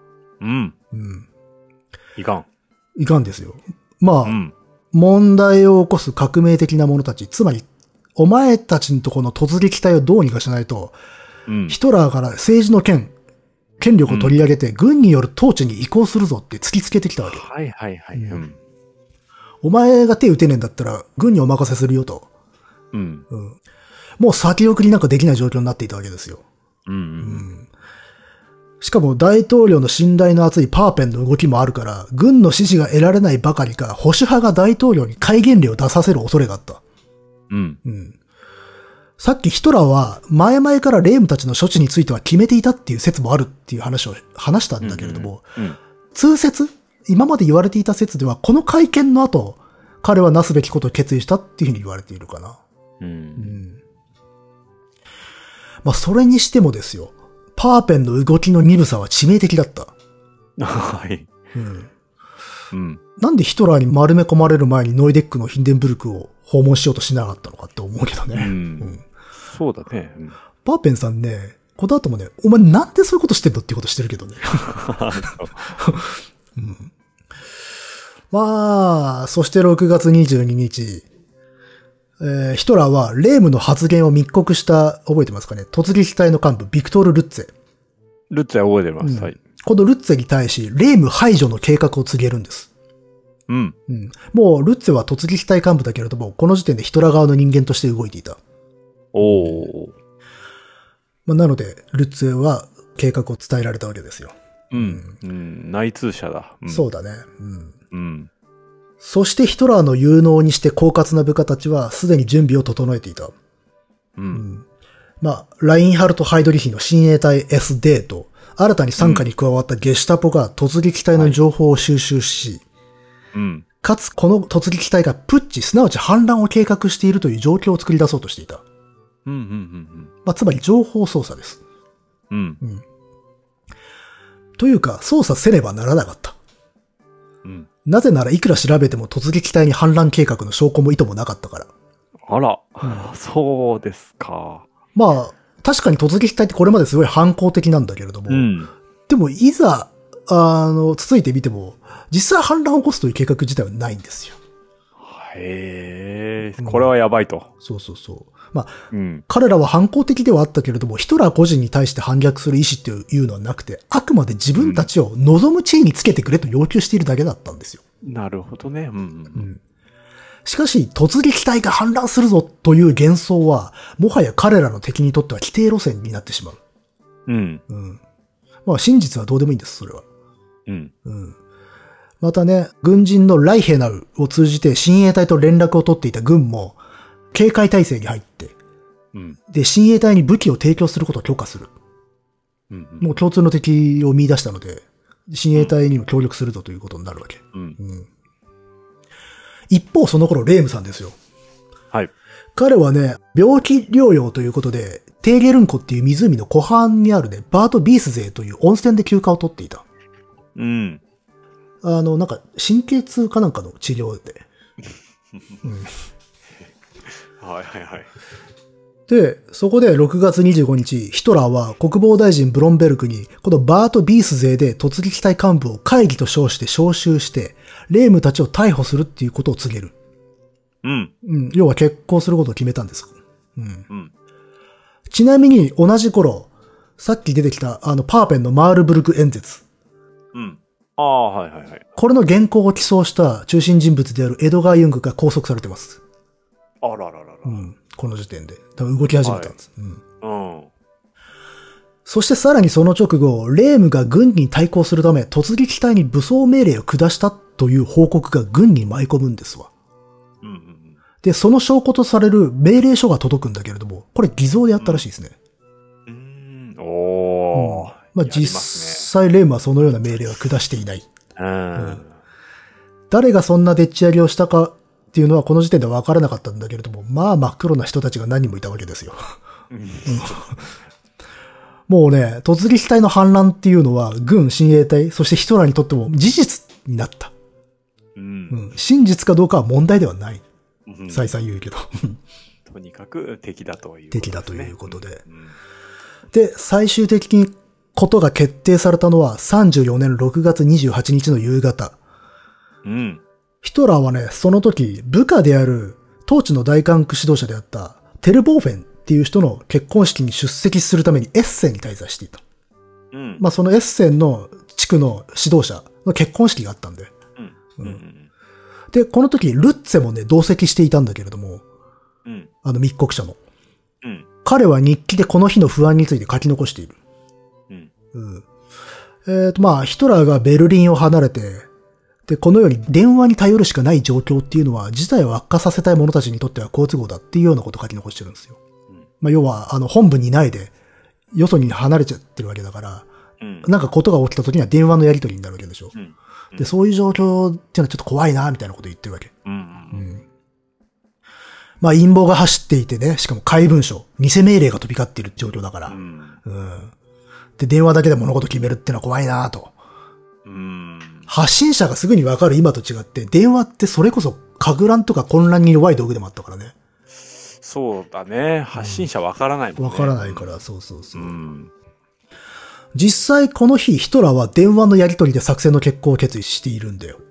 いかん。 いかんですよ。問題を起こす革命的な者たち、つまり、お前たちのとこの突撃隊をどうにかしないと、ヒトラーから政治の権力を取り上げて、軍による統治に移行するぞって突きつけてきたわけ。お前が手打てねえんだったら、軍にお任せするよと。もう先送りなんかできない状況になっていたわけですよ。しかも大統領の信頼の厚いパーペンの動きもあるから、軍の支持が得られないばかりか、保守派が大統領に戒厳令を出させる恐れがあった。さっきヒトラーは前々から霊夢たちの処置については決めていたっていう説もあるっていう話を話したんだけれども、通説、今まで言われていた説ではこの会見の後、彼はなすべきことを決意したっていうふうに言われているかな。それにしてもですよ、パーペンの動きの鈍さは致命的だった。なんでヒトラーに丸め込まれる前にノイデックのヒンデンブルクを訪問しようとしなかったのかって思うけどね。 そうだね。 パーペンさんね、この後もね、お前なんでそういうことしてんのっていうことしてるけどね。そして6月22日、ヒトラーはレームの発言を密告した、覚えてますかね、突撃隊の幹部、ビクトール・ルッツェ。 ルッツェ覚えてます。 このルッツェに対し、レーム排除の計画を告げるんです。もう、ルッツェは突撃隊幹部だけれども、この時点でヒトラー側の人間として動いていた。なので、ルッツェは計画を伝えられたわけですよ。 内通者だ。 そうだね。そしてヒトラーの有能にして狡猾な部下たちはすでに準備を整えていた。ラインハルト・ハイドリヒの親衛隊 SD と、新たに傘下に加わったゲシュタポが突撃隊の情報を収集し、かつこの突撃隊がプッチ、すなわち反乱を計画しているという状況を作り出そうとしていた。つまり情報操作です。というか、操作せねばならなかった。なぜならいくら調べても突撃隊に反乱計画の証拠も意図もなかったから。 あら、そうですか。 確かに突撃隊ってこれまですごい反抗的なんだけれども、でもいざ、つついてみても、実際反乱を起こすという計画自体はないんですよ。 これはやばいと。 そうそうそう。まあ、彼らは反抗的ではあったけれども、ヒトラー個人に対して反逆する意思っていうのはなくて、あくまで自分たちを望む地位につけてくれと要求しているだけだったんですよ。 なるほどね。 しかし、突撃隊が反乱するぞという幻想は、もはや彼らの敵にとっては規定路線になってしまう。まあ、真実はどうでもいいんです、それは。またね、軍人のライヘナウを通じて親衛隊と連絡を取っていた軍も、警戒態勢に入って、で、親衛隊に武器を提供することを許可する。もう共通の敵を見出したので、親衛隊にも協力するぞということになるわけ。一方、その頃、レームさんですよ。 はい。 彼はね、病気療養ということで、テーゲルン湖っていう湖の湖畔にあるね、バート・ビースゼーという温泉で休暇を取っていた。なんか、神経痛かなんかの治療で。 はいはいはい。 で、そこで6月25日、ヒトラーは国防大臣ブロンベルクに、このバート・ビースゼーで突撃隊幹部を会議と称して招集して、レームたちを逮捕するっていうことを告げる。要は決行することを決めたんです。ちなみに同じ頃、さっき出てきたパーペンのマールブルク演説。 はいはいはい。 これの原稿を起草した中心人物であるエドガー・ユングが拘束されてます。 あらららら。 この時点で。多分動き始めたんです。そしてさらにその直後、レームが軍に対抗するため突撃隊に武装命令を下したという報告が軍に舞い込むんですわ。で、その証拠とされる命令書が届くんだけれども、これ偽造でやったらしいですね。まあ、実際レームはそのような命令は下していない。誰がそんなでっち上げをしたかっていうのはこの時点では分からなかったんだけれども、まあ真っ黒な人たちが何人もいたわけですよ。もうね、突撃隊の反乱っていうのは軍、親衛隊、そしてヒトラーにとっても事実になった。真実かどうかは問題ではない。再三言うけど。 とにかく敵だということですね。 敵だということで。で、最終的にことが決定されたのは34年6月28日の夕方。ヒトラーはね、その時、部下である統治の大管区指導者であったテルボーフェンっていう人の結婚式に出席するためにエッセンに滞在していた。まあそのエッセンの地区の指導者の結婚式があったんで。で、この時、ルッツェもね、同席していたんだけれども、密告者の。彼は日記でこの日の不安について書き残している。まあ、ヒトラーがベルリンを離れて、で、このように電話に頼るしかない状況っていうのは、事態を悪化させたい者たちにとっては好都合だっていうようなことを書き残してるんですよ。まあ、要は、本部にいないで、よそに離れちゃってるわけだから、なんかことが起きた時には電話のやり取りになるわけでしょ。で、そういう状況っていうのはちょっと怖いな、みたいなことを言ってるわけ。まあ、陰謀が走っていてね、しかも怪文書、偽命令が飛び交っている状況だから。で、電話だけで物事決めるってのは怖いなと。発信者がすぐにわかる今と違って、電話ってそれこそ、撹乱とか混乱に弱い道具でもあったからね。 そうだね。発信者わからないもんね。 わからないから、そうそうそう。実際この日、ヒトラーは電話のやり取りで作戦の決行を決意しているんだよ。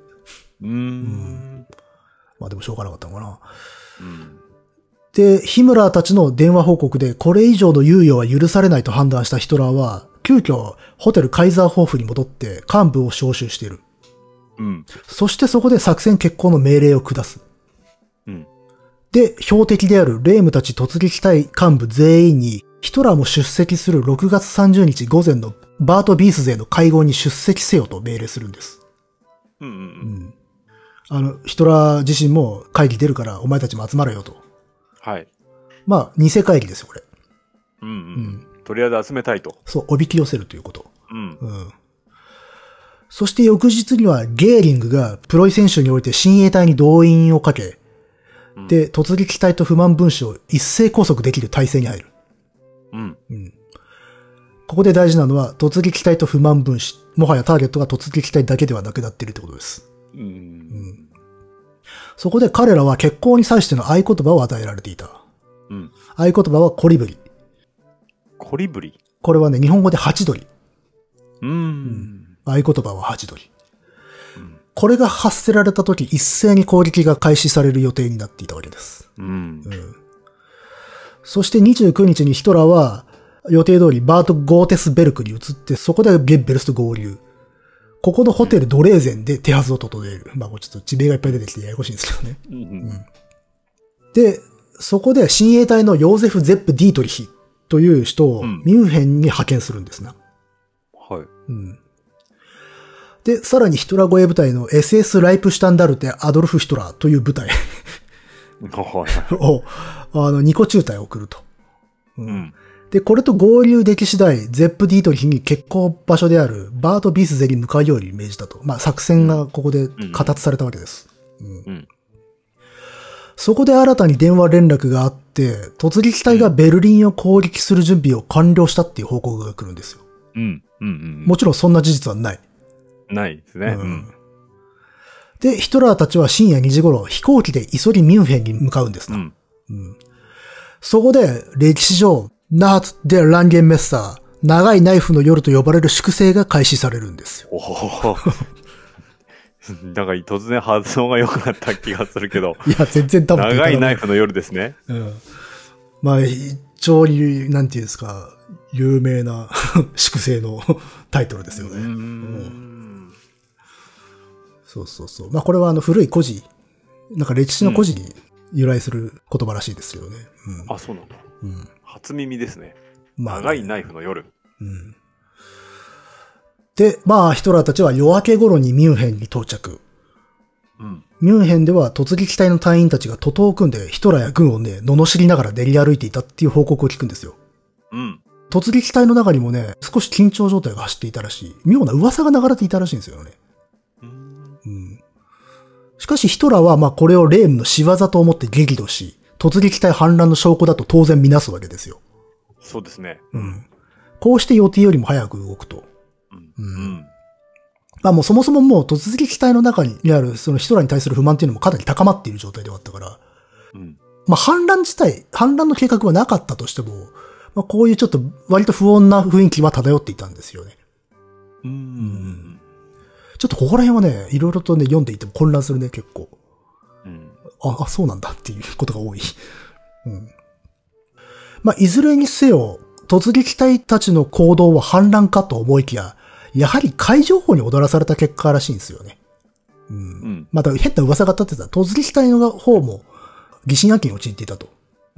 まあでもしょうがなかったのかな。で、ヒムラーたちの電話報告でこれ以上の猶予は許されないと判断したヒトラーは、急遽ホテルカイザーホーフに戻って幹部を招集している。そしてそこで作戦決行の命令を下す。で、標的であるレームたち突撃隊幹部全員に、ヒトラーも出席する6月30日午前のバート・ビース勢の会合に出席せよと命令するんです。ヒトラー自身も会議出るからお前たちも集まれよと。 はい。 まあ、偽会議ですよ、これ。 とりあえず集めたいと。 そう、おびき寄せるということ。そして翌日にはゲーリングがプロイセン州において親衛隊に動員をかけ、で、突撃隊と不満分子を一斉拘束できる体制に入る。ここで大事なのは、突撃隊と不満分子。もはやターゲットが突撃隊だけではなくなっているってことです。そこで彼らは決行に際しての合言葉を与えられていた。合言葉はコリブリ。 コリブリ？ これはね、日本語でハチドリ。合言葉はハチドリ。 これが発せられた時、一斉に攻撃が開始される予定になっていたわけです。そして29日にヒトラーは、予定通りバート・ゴーテスベルクに移って、そこでゲッベルスと合流。ここのホテルドレーゼンで手はずを整える。まあ、これちょっと地名がいっぱい出てきてややこしいんですけどね。で、そこで親衛隊のヨーゼフ・ゼップ・ディートリヒという人をミュンヘンに派遣するんですな。 はい。 で、さらにヒトラー護衛部隊の SS ライプシュタンダルテ・アドルフ・ヒトラーという部隊を、2個中隊を送ると。で、これと合流でき次第、ゼップ・ディートリヒに決行場所であるバート・ビスゼに向かうように命じたと。まあ、作戦がここで形されたわけです。そこで新たに電話連絡があって、突撃隊がベルリンを攻撃する準備を完了したっていう報告が来るんですよ。もちろんそんな事実はない。 ないですね。 で、ヒトラーたちは深夜2時頃、飛行機で急ぎミュンヘンに向かうんですな。そこで、歴史上、ナーツ・デ・ランゲンメッサー、長いナイフの夜と呼ばれる粛清が開始されるんですよ。 なんか突然発音が良くなった気がするけど。 いや、全然多分。 長いナイフの夜ですね。 まあ、非常に、なんていうんですか、有名な粛清のタイトルですよね。そうそうそう。まあ、これは古い故事、なんか歴史の故事に由来する言葉らしいですよね。 あ、そうなんだ。初耳ですね。長いナイフの夜。 で、まあ、ヒトラーたちは夜明け頃にミュンヘンに到着。ミュンヘンでは突撃隊の隊員たちが徒党を組んでヒトラーや軍をね、罵りながら練り歩いていたっていう報告を聞くんですよ。突撃隊の中にもね、少し緊張状態が走っていたらしい。妙な噂が流れていたらしいんですよね。しかしヒトラーはまあこれをレームの仕業と思って激怒し、突撃隊反乱の証拠だと当然見なすわけですよ。 そうですね。 こうして予定よりも早く動くと。まあもうそもそももう突撃隊の中にあるそのヒトラーに対する不満っていうのもかなり高まっている状態ではあったから、まあ反乱の計画はなかったとしても、まあこういうちょっと割と不穏な雰囲気は漂っていたんですよね。ちょっとここら辺はね、いろいろとね、読んでいても混乱するね、結構。あ、そうなんだっていうことが多い。まあいずれにせよ、突撃隊たちの行動は反乱かと思いきや、やはり海上法に踊らされた結果らしいんですよね。また変な噂が立ってた突撃隊の方も疑心暗鬼に陥っていたと。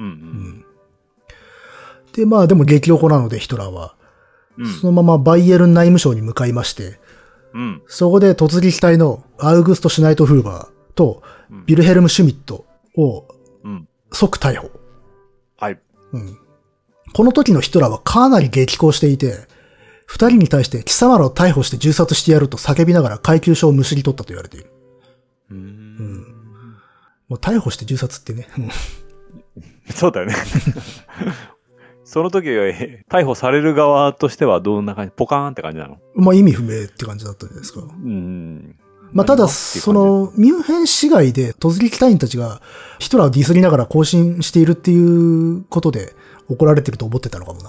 で、まあでも激おこなのでヒトラーは、そのままバイエルン内務省に向かいまして、そこで突撃隊のアウグスト・シュナイト・フーバーとビルヘルム・シュミットを即逮捕。この時のヒトラーはかなり激高していて、二人に対して貴様らを逮捕して銃殺してやると叫びながら階級章をむしり取ったと言われている。もう逮捕して銃殺ってね。 そうだよね。その時は逮捕される側としてはどんな感じ、ポカーンって感じなの？ まあ意味不明って感じだったんじゃないですか。まあただ、そのミュンヘン市街で突撃隊員たちがヒトラーをディスりながら行進しているっていうことで怒られてると思ってたのかもな。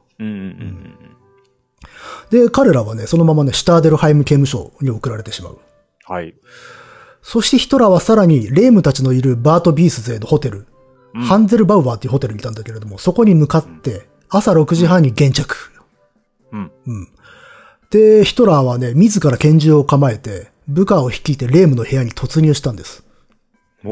で、彼らはね、そのままね、シュターデルハイム刑務所に送られてしまう。そしてヒトラーはさらに、レームたちのいるバート・ビースゼのホテル、ハンゼルバウアーっていうホテルにいたんだけれども、そこに向かって、朝6時半に現着。で、ヒトラーはね、自ら拳銃を構えて、部下を率いてレームの部屋に突入したんです。レ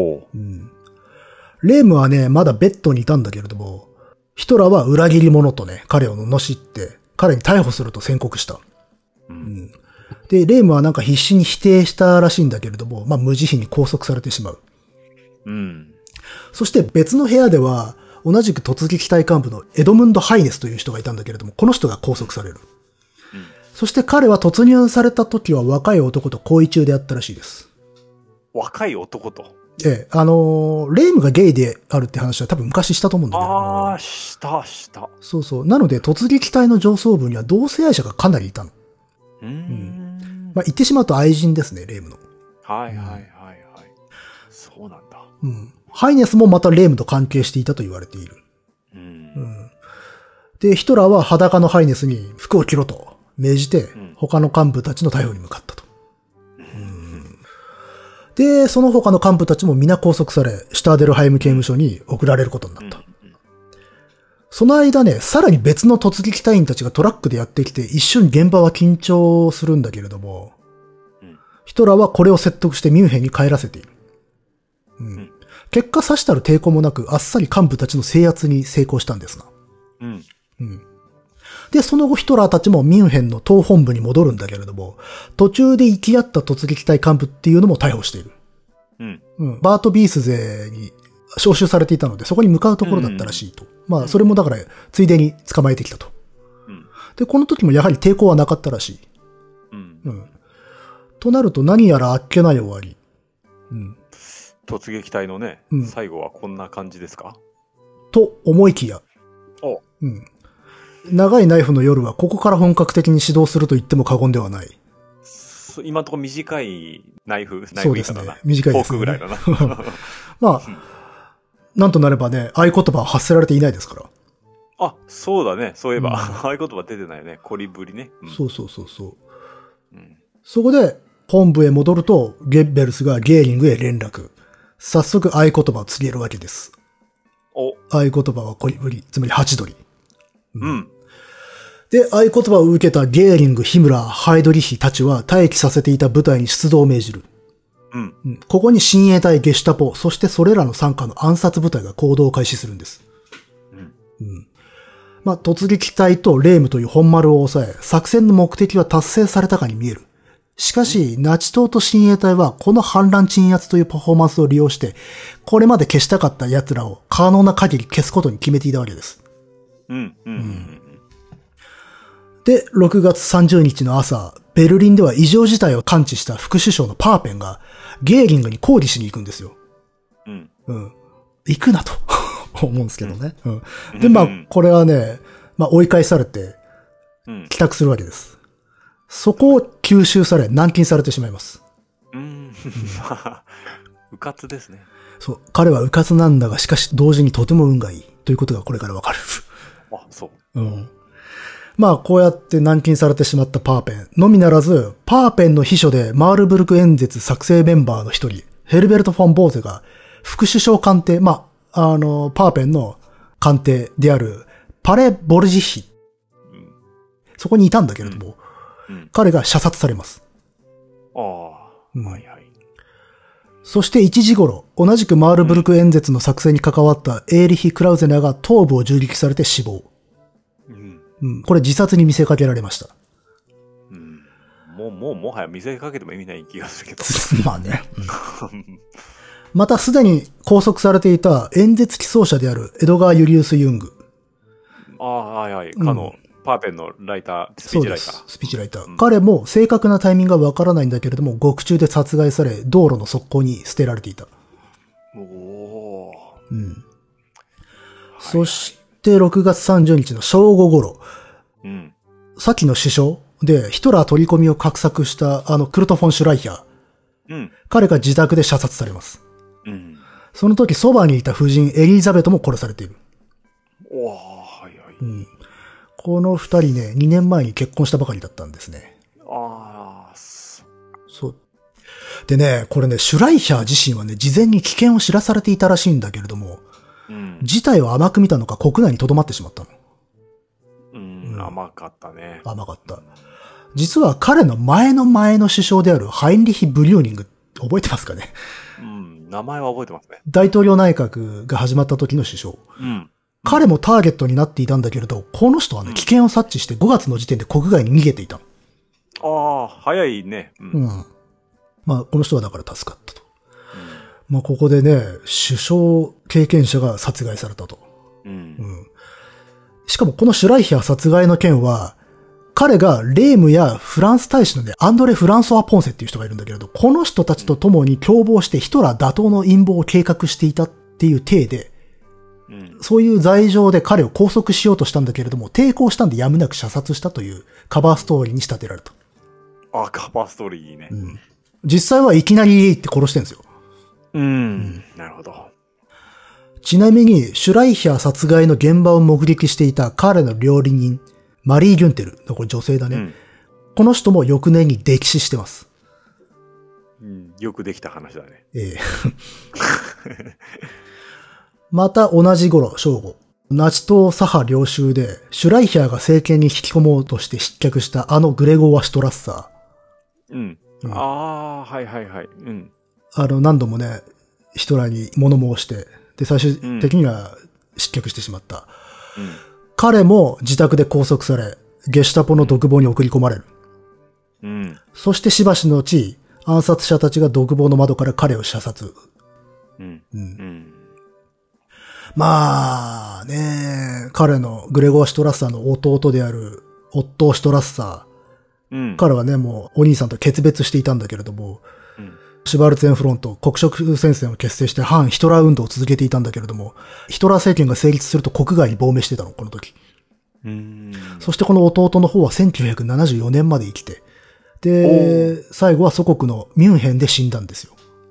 ームはね、まだベッドにいたんだけれども、ヒトラーは裏切り者とね、彼を罵って、彼に逮捕すると宣告した。で、レームはなんか必死に否定したらしいんだけれども、まあ無慈悲に拘束されてしまう。そして別の部屋では、同じく突撃隊幹部のエドムンド・ハイネスという人がいたんだけれども、この人が拘束される。そして彼は突入された時は若い男と行為中であったらしいです。 若い男と？ レームがゲイであるって話は多分昔したと思うんだけど。 した。 そうそう。なので突撃隊の上層部には同性愛者がかなりいたの。まあ言ってしまうと愛人ですね、レームの。 そうなんだ。 ハイネスもまたレームと関係していたと言われている。で、ヒトラーは裸のハイネスに服を着ろと命じて、他の幹部たちの逮捕に向かったと。 で、その他の幹部たちも皆拘束され、シュターデルハイム刑務所に送られることになった。その間ね、さらに別の突撃隊員たちがトラックでやってきて、一瞬現場は緊張するんだけれども、ヒトラーはこれを説得してミュンヘンに帰らせている。結果、さしたる抵抗もなく、あっさり幹部たちの制圧に成功したんですが。で、その後ヒトラーたちもミュンヘンの党本部に戻るんだけれども、途中で行き合った突撃隊幹部っていうのも逮捕している。バート・ビース勢に招集されていたので、そこに向かうところだったらしいと。まあ、それもだから、ついでに捕まえてきたと。で、この時もやはり抵抗はなかったらしい。となると何やらあっけない終わり。 突撃隊のね、最後はこんな感じですか？ と思いきや。長いナイフの夜はここから本格的に始動すると言っても過言ではない。 今のところ短いナイフそうですね。短いですね。 フォークぐらいだな。 まあ、なんとなればね、合言葉は発せられていないですから。 あ、そうだね。そういえば、合言葉出てないね。コリブリね。 そう。そこで、本部へ戻ると、ゲッベルスがゲーリングへ連絡。早速合言葉を告げるわけです。合言葉はコリブリ、つまりハチドリ。で、合言葉を受けたゲーリング、ヒムラー、ハイドリヒたちは待機させていた部隊に出動を命じる。ここに親衛隊、ゲシュタポ、そしてそれらの傘下の暗殺部隊が行動を開始するんです。まあ、突撃隊とレームという本丸を抑え、作戦の目的は達成されたかに見える。しかし、ナチ党と親衛隊はこの反乱鎮圧というパフォーマンスを利用して、これまで消したかった奴らを可能な限り消すことに決めていたわけです。で、6月30日の朝、ベルリンでは異常事態を感知した副首相のパーペンが、ゲーリングに抗議しに行くんですよ。行くなと思うんですけどね。で、まあ、これはね、まあ、追い返されて、帰宅するわけです。そこを吸収され、軟禁されてしまいます。 うかつですね。 そう。彼はうかつなんだが、しかし同時にとても運がいい。ということがこれからわかる。 そう。 まあ、こうやって軟禁されてしまったパーペンのみならず、パーペンの秘書でマールブルク演説作成メンバーの一人、ヘルベルト・フォン・ボーゼが、副首相官邸、まあ、パーペンの官邸であるパレ・ボルジッヒ。そこにいたんだけれども、彼が射殺されます。そして1時頃、同じくマールブルク演説の作成に関わったエーリヒ・クラウゼナーが頭部を銃撃されて死亡。これ自殺に見せかけられました。 もはや見せかけても意味ない気がするけど。 まあね。またすでに拘束されていた演説起草者であるエドガー・ユリウス・ユング。 パーペンのライター、スピーチライター。 スピーチライター。彼も正確なタイミングがわからないんだけれども、獄中で殺害され、道路の側溝に捨てられていた。そして6月30日の正午頃、さっきの首相でヒトラー取り込みを画策したクルト・フォン・シュライヒャー。彼が自宅で射殺されます。その時そばにいた夫人エリザベトも殺されている。この二人ね、2年前に結婚したばかりだったんですね。そう。でね、これね、シュライヒャー自身はね、事前に危険を知らされていたらしいんだけれども、事態を甘く見たのか国内に留まってしまったの。 甘かったね。 甘かった。実は彼の前の首相であるハインリヒ・ブリューニング、覚えてますかね？ 名前は覚えてますね。 大統領内閣が始まった時の首相。彼もターゲットになっていたんだけれど、この人はね、危険を察知して5月の時点で国外に逃げていた。 早いね。 まあ、この人はだから助かったと。まあ、ここでね、首相経験者が殺害されたと。しかもこのシュライヒャー殺害の件は、彼がレームやフランス大使のね、アンドレ・フランソワ・ポンセっていう人がいるんだけれど、この人たちと共に共謀してヒトラー打倒の陰謀を計画していたっていう体で、そういう罪状で彼を拘束しようとしたんだけれども、抵抗したんでやむなく射殺したというカバーストーリーに仕立てられた。 カバーストーリーいいね。 実際はいきなりって殺してるんですよ。 なるほど。 ちなみに、シュライヒャー殺害の現場を目撃していた彼の料理人、マリー・ギュンテルのこれ女性だね。この人も翌年に溺死してます。 よくできた話だね。 また同じ頃、正午。ナチ党左派領袖で、シュライヒャーが政権に引き込もうとして失脚したあのグレゴワ・シュトラッサー。ああ、はいはいはい。 何度もね、ヒトラーに物申して、で、最終的には失脚してしまった。彼も自宅で拘束され、ゲシュタポの独房に送り込まれる。そしてしばしの後、暗殺者たちが独房の窓から彼を射殺。まあね、彼のグレゴワ・シュトラッサーの弟であるオットー・シュトラッサー。彼はね、もうお兄さんと決別していたんだけれども、シュバルツェンフロント、黒色戦線を結成して反ヒトラー運動を続けていたんだけれども、ヒトラー政権が成立すると国外に亡命してたの、この時。そしてこの弟の方は1974年まで生きて、で、最後は祖国のミュンヘンで死んだんですよ。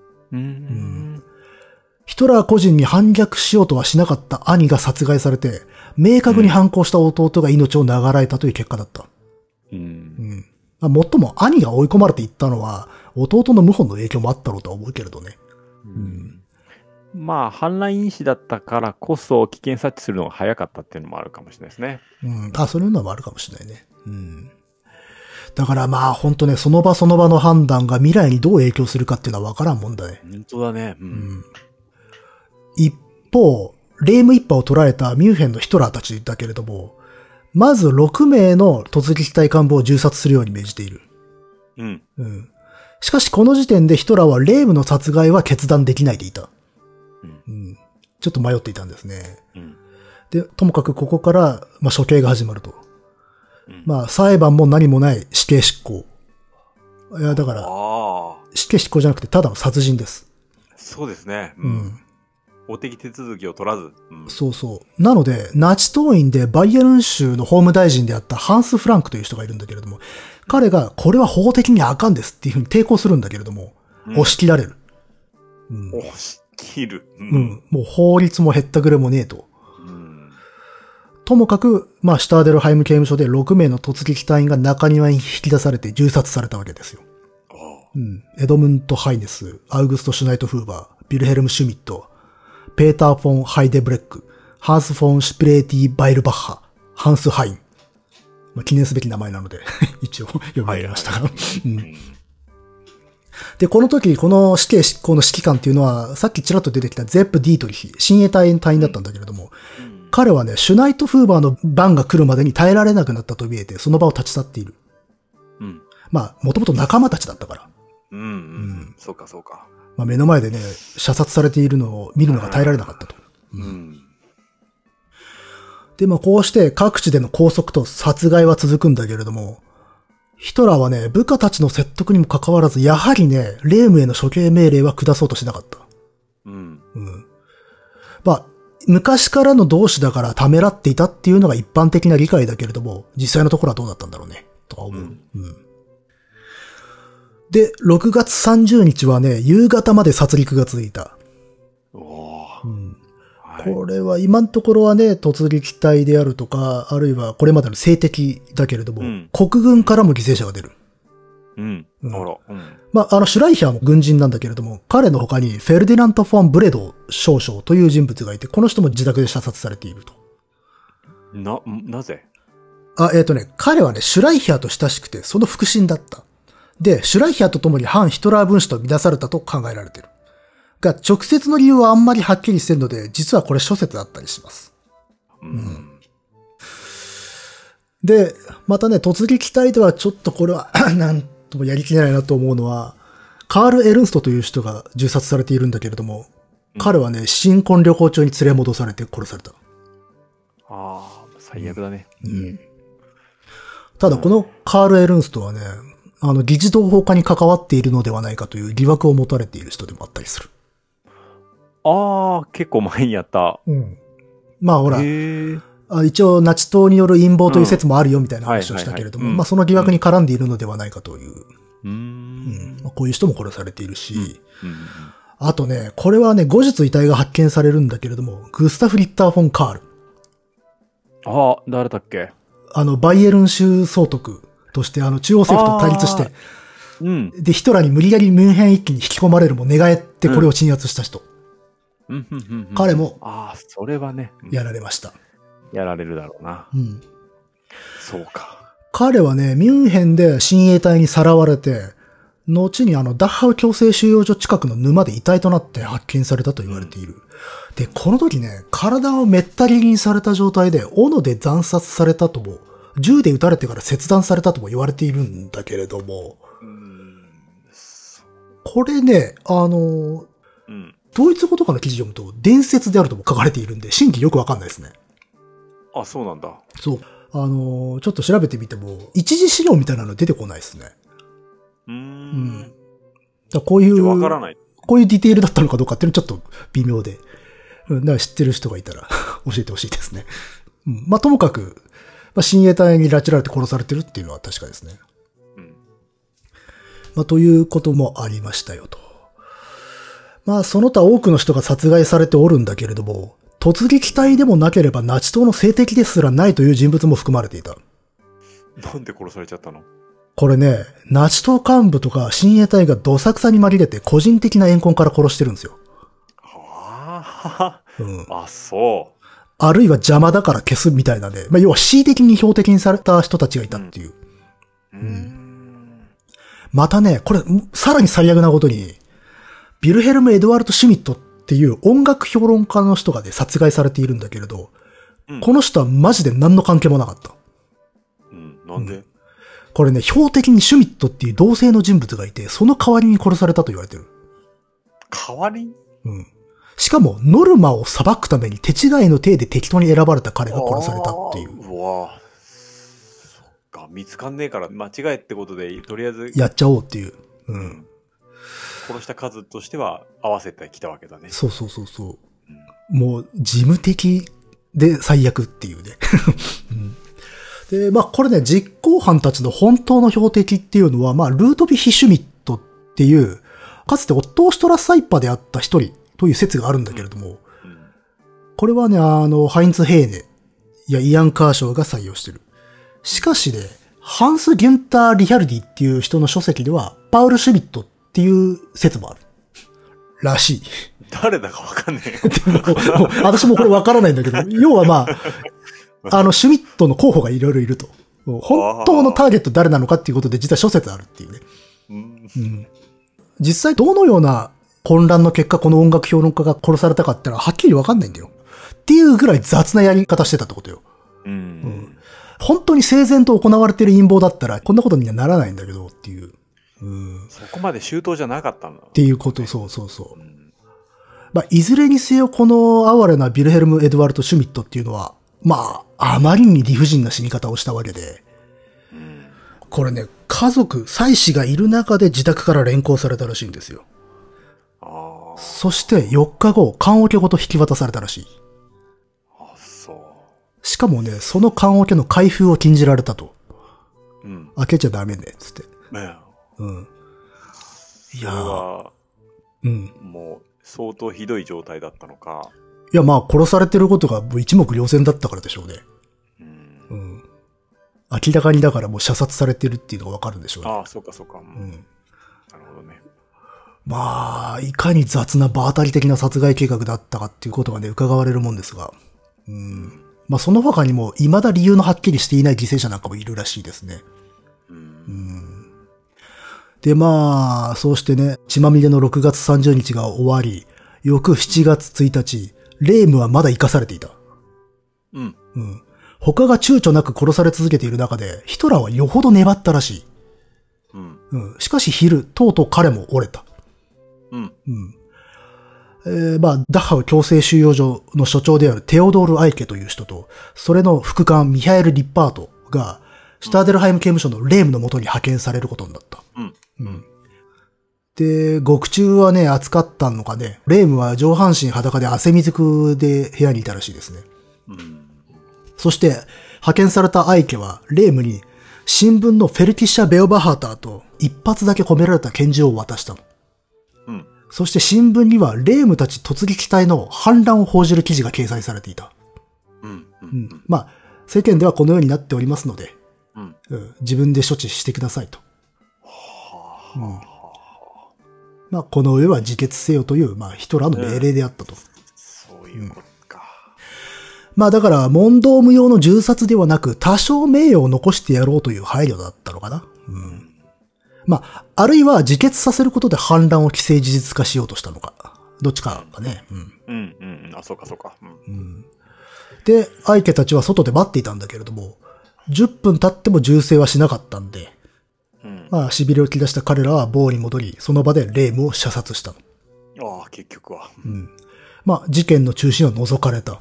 ヒトラー個人に反逆しようとはしなかった兄が殺害されて、明確に反抗した弟が命を長らえたという結果だった。もっとも兄が追い込まれていったのは、弟の謀反の影響もあったろうとは思うけれどね。 まあ、反乱因子だったからこそ危険察知するのが早かったっていうのもあるかもしれないですね。 そういうのもあるかもしれないね。だからまあ本当ね、その場その場の判断が未来にどう影響するかっていうのは分からんもんだね。 本当だね。 一方、レーム一派を捕らえたミュンヘンのヒトラーたちだけれども、まず6名の突撃隊幹部を銃殺するように命じている。しかしこの時点でヒトラーはレームの殺害は決断できないでいた。ちょっと迷っていたんですね。で、ともかくここから、処刑が始まると。裁判も何もない死刑執行。いや、だから、死刑執行じゃなくてただの殺人です。 そうですね。法的手続きを取らず。 そうそう。なので、ナチ党員でバイエルン州の法務大臣であったハンス・フランクという人がいるんだけれども、彼がこれは法的にあかんですっていうふうに抵抗するんだけれども、押し切られる。 押し切る。 もう法律もへったくれもねえと。ともかく、シュターデルハイム刑務所で6名の突撃隊員が中庭に引き出されて銃殺されたわけですよ。エドムント・ハイネス、アウグスト・シュナイト・フーバー、ビルヘルム・シュミット、ペーター・フォン・ハイデブレック、ハンス・フォン・シュプレーティ・バイルバッハ、ハンス・ハイン。記念すべき名前なので、一応読み上げましたが。で、この時、この死刑執行の指揮官っていうのは、さっきちらっと出てきたゼップ・ディートリヒ、親衛隊員だったんだけれども、彼はね、シュナイト・フーバーの番が来るまでに耐えられなくなったと見えて、その場を立ち去っている。もともと仲間たちだったから。 そうかそうか。 目の前でね、射殺されているのを見るのが耐えられなかったと。で、こうして各地での拘束と殺害は続くんだけれども、ヒトラーはね、部下たちの説得にもかかわらず、やはりね、レームへの処刑命令は下そうとしなかった。昔からの同志だからためらっていたっていうのが一般的な理解だけれども、実際のところはどうだったんだろうね、とは思う。で、6月30日はね、夕方まで殺戮が続いた。これは今のところはね、突撃隊であるとか、あるいはこれまでの政敵だけれども、国軍からも犠牲者が出る。シュライヒャーも軍人なんだけれども、彼の他にフェルディナント・フォン・ブレド少将という人物がいて、この人も自宅で射殺されていると。 なぜ？ 彼はね、シュライヒャーと親しくて、その腹心だった。で、シュライヒャーと共に反ヒトラー分子と見なされたと考えられている。が、直接の理由はあんまりはっきりしてるので、実はこれ諸説あったりします。で、またね、突撃隊ではちょっとこれは、なんともやりきれないなと思うのは、カール・エルンストという人が銃殺されているんだけれども、彼はね、新婚旅行中に連れ戻されて殺された。 最悪だね。 ただ、このカール・エルンストはね、議事堂放火に関わっているのではないかという疑惑を持たれている人でもあったりする。 結構前にやった。 ほら、一応ナチ党による陰謀という説もあるよみたいな話をしたけれども、その疑惑に絡んでいるのではないかという。こういう人も殺されているし、あとね、これはね、後日遺体が発見されるんだけれども、グスタフ・リッター・フォン・カール。 誰だっけ？ バイエルン州総督として、中央政府と対立して、 うん。 で、ヒトラーに無理やりミュンヘン一揆に引き込まれるも寝返ってこれを鎮圧した人。彼も、 それはね、 やられました。 やられるだろうな。 うん。 そうか。 彼はね、ミュンヘンで親衛隊にさらわれて、後にダッハウ強制収容所近くの沼で遺体となって発見されたと言われている。で、この時ね、体をめった切りにされた状態で、斧で惨殺されたとも、銃で撃たれてから切断されたとも言われているんだけれども、これね、ドイツ語とかの記事読むと、伝説であるとも書かれているんで、真偽よくわかんないですね。 あ、そうなんだ。 そう。ちょっと調べてみても、一時資料みたいなの出てこないですね。だこういう、 わからない。 こういうディテールだったのかどうかっていうのはちょっと微妙で。だから知ってる人がいたら教えてほしいですね。まあ、ともかく、親衛隊に拉致られて殺されてるっていうのは確かですね。まあ、ということもありましたよと。まあ、その他多くの人が殺害されておるんだけれども、突撃隊でもなければナチ党の政敵ですらないという人物も含まれていた。 なんで殺されちゃったの？ これね、ナチ党幹部とか親衛隊がどさくさに紛れて個人的な怨恨から殺してるんですよ。 そう。 あるいは邪魔だから消すみたいなね。まあ、要は恣意的に標的にされた人たちがいたっていう。またね、これ、さらに最悪なことに、ビルヘルム・エドワルト・シュミットっていう音楽評論家の人がね、殺害されているんだけれど、この人はマジで何の関係もなかった。 なんで？ これね、標的にシュミットっていう同性の人物がいて、その代わりに殺されたと言われてる。 代わり？ しかも、ノルマを裁くために手違いの体で適当に選ばれた彼が殺されたっていう。 そっか、見つかんねえから間違いってことで、とりあえず。 やっちゃおうっていう。 殺した数としては合わせてきたわけだね。 そう。もう、事務的で最悪っていうね。で、まあこれね、実行犯たちの本当の標的っていうのは、まあルートヴィヒ・シュミットっていう、かつてオットー・シュトラッサイッパーであった一人という説があるんだけれども、これはね、ハインツ・ヘーネやイアン・カーショーが採用してる。しかしね、ハンス・ギュンター・リヒャルディっていう人の書籍では、パウル・シュミットっていう説もある。らしい。 誰だかわかんねえよ。 私もこれわからないんだけど、要はまあ、シュミットの候補がいろいろいると。本当のターゲット誰なのかっていうことで実は諸説あるっていうね。実際どのような混乱の結果この音楽評論家が殺されたかってのははっきりわかんないんだよ。っていうぐらい雑なやり方してたってことよ。本当に整然と行われている陰謀だったらこんなことにはならないんだけどっていう。 そこまで周到じゃなかったんだ。 っていうこと、そう。まあ、いずれにせよこの哀れなビルヘルム・エドワルト・シュミットっていうのは、まあ、あまりに理不尽な死に方をしたわけで、これね、家族、妻子がいる中で自宅から連行されたらしいんですよ。そして4日後、棺桶ごと引き渡されたらしい。しかもね、その棺桶の開封を禁じられたと。開けちゃダメね、つって。 いやー、もう相当ひどい状態だったのか。 いや、まあ、殺されてることが一目瞭然だったからでしょうね。明らかにだからもう射殺されてるっていうのがわかるんでしょうね。 そうか。なるほどね。 まあ、いかに雑な場当たり的な殺害計画だったかっていうことがね、伺われるもんですが。まあ、その他にも、未だ理由のはっきりしていない犠牲者なんかもいるらしいですね。で、まあ、そうしてね、血まみれの6月30日が終わり、翌7月1日、レームはまだ生かされていた。他が躊躇なく殺され続けている中で、ヒトラーはよほど粘ったらしい。しかし昼、とうとう彼も折れた。まあ、ダッハウ強制収容所の所長であるテオドール・アイケという人と、それの副官ミハエル・リッパートが、シュターデルハイム刑務所のレームの元に派遣されることになった。で、獄中はね、暑かったのかね、レームは上半身裸で汗水くで部屋にいたらしいですね。そして、派遣されたアイケは、レームに、新聞のフェルティッシャ・ベオバハーターと一発だけ込められた拳銃を渡したの。そして新聞には、レームたち突撃隊の反乱を報じる記事が掲載されていた。まあ、世間ではこのようになっておりますので、自分で処置してくださいと。 まあ、この上は自決せよという、まあ、ヒトラーの命令であったと。 そういうことか。 まあ、だから、問答無用の銃殺ではなく、多少名誉を残してやろうという配慮だったのかな。まあ、あるいは自決させることで反乱を既成事実化しようとしたのか。どっちかがね。 あ、そうかそうか。 で、アイケたちは外で待っていたんだけれども、10分経っても銃声はしなかったんで、まあ、痺れを切らした彼らは棒に戻り、その場でレイムを射殺したの。ああ、結局は。 まあ、事件の中心を除かれた。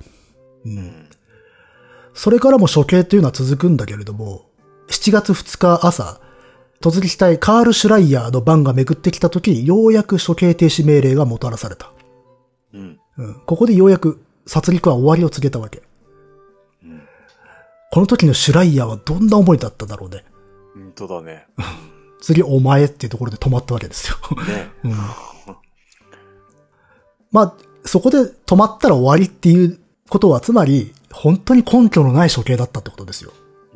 それからも処刑というのは続くんだけれども、7月2日朝、突撃隊カール・シュライヤーの番が巡ってきたとき、ようやく処刑停止命令がもたらされた。ここでようやく殺戮は終わりを告げたわけ。この時のシュライヤーはどんな思いだっただろうね。 本当だね。 次お前っていうところで止まったわけですよ。ね。まあ、そこで止まったら終わりっていうことは、つまり、本当に根拠のない処刑だったってことですよ。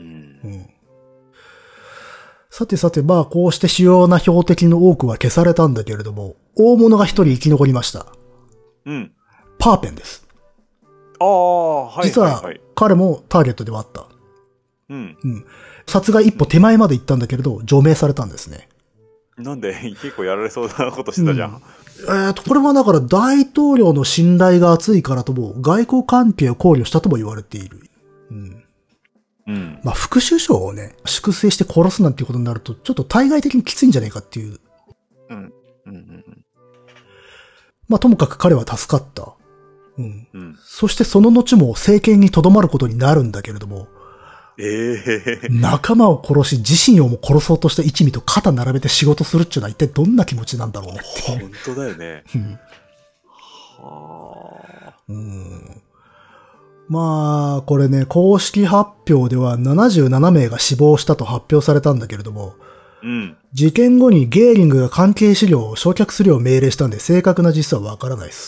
さてさて、まあ、こうして主要な標的の多くは消されたんだけれども、大物が一人生き残りました。パーペンです。実は、彼もターゲットではあった。殺害一歩手前まで行ったんだけれど、除名されたんですね。 なんで結構やられそうなことしてたじゃん。 これはだから大統領の信頼が厚いからとも、外交関係を考慮したとも言われている。まあ、副首相をね、粛清して殺すなんていうことになると、ちょっと対外的にきついんじゃないかっていう。まあ、ともかく彼は助かった。そしてその後も政権に留まることになるんだけれども、仲間を殺し、自身をも殺そうとした一味と肩並べて仕事するっていうのは一体どんな気持ちなんだろうねっていう。 本当だよね。 まあ、これね、公式発表では77名が死亡したと発表されたんだけれども、事件後にゲーリングが関係資料を焼却するよう命令したんで、正確な実際はわからないです。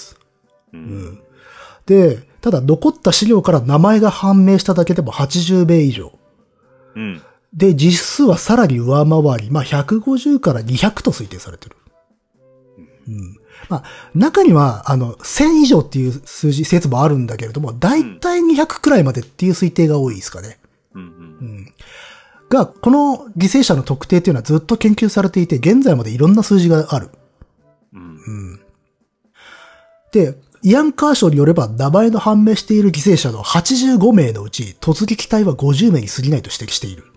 で、ただ残った資料から名前が判明しただけでも80名以上。で、実数はさらに上回り、まあ150から200と推定されてる。まあ、中には、1000以上っていう数字、説もあるんだけれども、だいたい200くらいまでっていう推定が多いですかね。が、この犠牲者の特定っていうのはずっと研究されていて、現在までいろんな数字がある。で、イアン・カーショーによれば、名前の判明している犠牲者の85名のうち、突撃隊は50名に過ぎないと指摘している。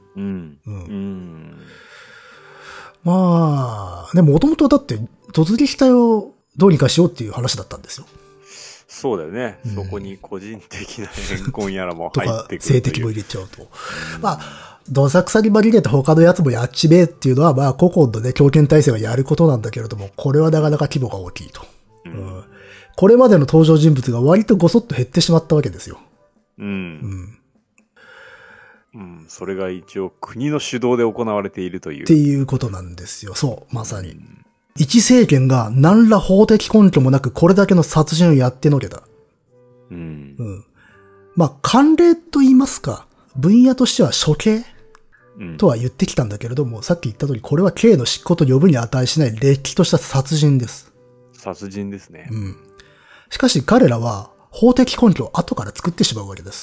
まあ、でもともとだって、突撃隊をどうにかしようっていう話だったんですよ。 そうだよね。そこに個人的な怨恨やらも入ってくるとか、性的も入れちゃうと。まあ、どさくさに紛れて他のやつもやっちめえっていうのは、まあ、個々のね、強権体制がやることなんだけれども、これはなかなか規模が大きいと。これまでの登場人物が割とごそっと減ってしまったわけですよ。 それが一応国の主導で行われているという。 っていうことなんですよ。そう、まさに。一政権が何ら法的根拠もなくこれだけの殺人をやってのけた。まあ、慣例と言いますか、分野としては処刑とは言ってきたんだけれども、さっき言った通り、これは刑の執行と呼ぶに値しないれっきとした殺人です。 殺人ですね。 しかし彼らは法的根拠を後から作ってしまうわけです。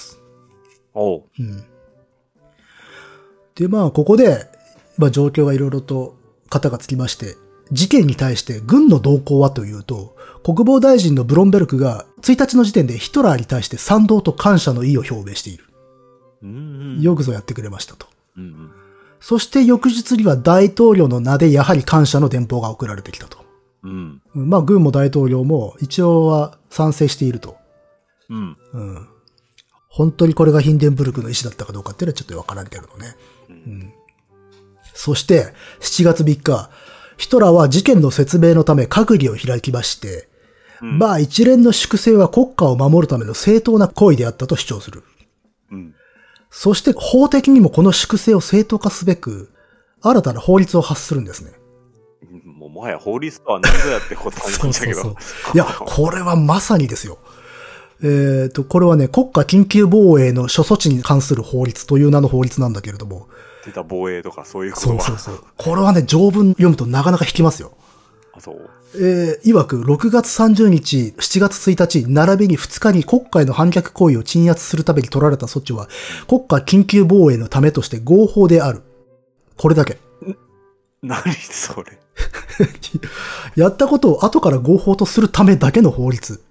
で、まあ、ここで、まあ、状況がいろいろと型がつきまして、事件に対して軍の動向はというと、国防大臣のブロンベルクが1日の時点でヒトラーに対して賛同と感謝の意を表明している。よくぞやってくれましたと。そして翌日には大統領の名でやはり感謝の電報が送られてきたと。まあ軍も大統領も一応は賛成していると。本当にこれがヒンデンブルクの意思だったかどうかっていうのはちょっとわからんけれどね。そして7月3日、ヒトラーは事件の説明のため閣議を開きまして、まあ一連の粛清は国家を守るための正当な行為であったと主張する。そして法的にもこの粛清を正当化すべく、新たな法律を発するんですね。 もはや法律とは何ぞやってことなんだけど。 いや、これはまさにですよ。これはね、国家緊急防衛の諸措置に関する法律という名の法律なんだけれども、 出た防衛とかそういうことは。 そう。これはね、条文読むとなかなか引きますよ。 あ、そう。 曰く6月30日、7月1日、並びに2日に国会の反逆行為を鎮圧するために取られた措置は、国家緊急防衛のためとして合法である。これだけ。 何それ。 やったことを後から合法とするためだけの法律。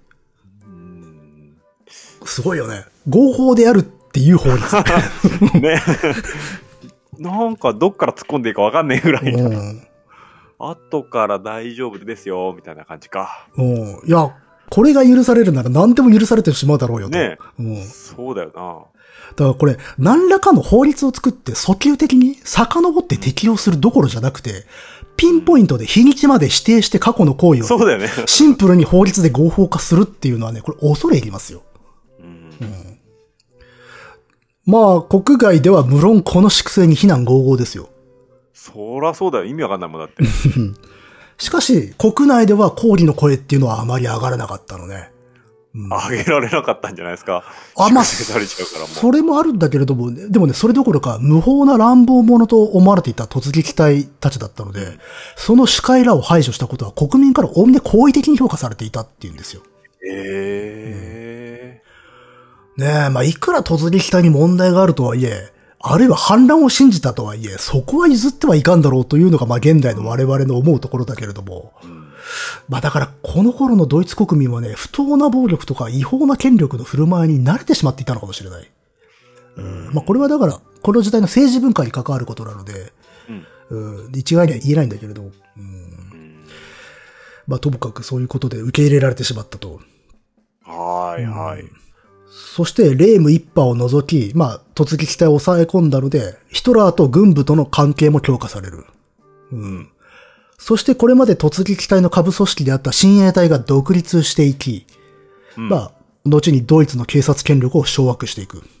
すごいよね。合法であるっていう法律。 ね。なんかどっから突っ込んでいいか分かんないぐらいな。後から大丈夫ですよ、みたいな感じか。 いや、これが許されるなら何でも許されてしまうだろうよと。 ね、そうだよな。 だからこれ、何らかの法律を作って訴求的に遡って適用するどころじゃなくて、ピンポイントで日にちまで指定して過去の行為を、 そうだよね。 シンプルに法律で合法化するっていうのはね、これ恐れ入りますよ。まあ、国外では無論この粛清に非難合々ですよ。 そらそうだよ。意味わかんないもんだって。 しかし、国内では抗議の声っていうのはあまり上がらなかったのね。 上げられなかったんじゃないですか。 まあ、 されちゃうからもうそれもあるんだけれども、でもね、それどころか無法な乱暴者と思われていた突撃隊たちだったので、その主会らを排除したことは国民からおおむね好意的に評価されていたっていうんですよ。ねえ、まあ、いくら突撃隊に問題があるとはいえ、あるいは反乱を信じたとはいえ、そこは譲ってはいかんだろうというのが、まあ、現代の我々の思うところだけれども、まあだからこの頃のドイツ国民はね、不当な暴力とか違法な権力の振る舞いに慣れてしまっていたのかもしれない。まあこれはだから、この時代の政治文化に関わることなので、一概には言えないんだけれど、まあともかくそういうことで受け入れられてしまったと。 はいはい。 そしてレーム一派を除き、まあ突撃隊を抑え込んだので、ヒトラーと軍部との関係も強化される。そしてこれまで突撃隊の下部組織であった親衛隊が独立していき、まあ、後にドイツの警察権力を掌握していく。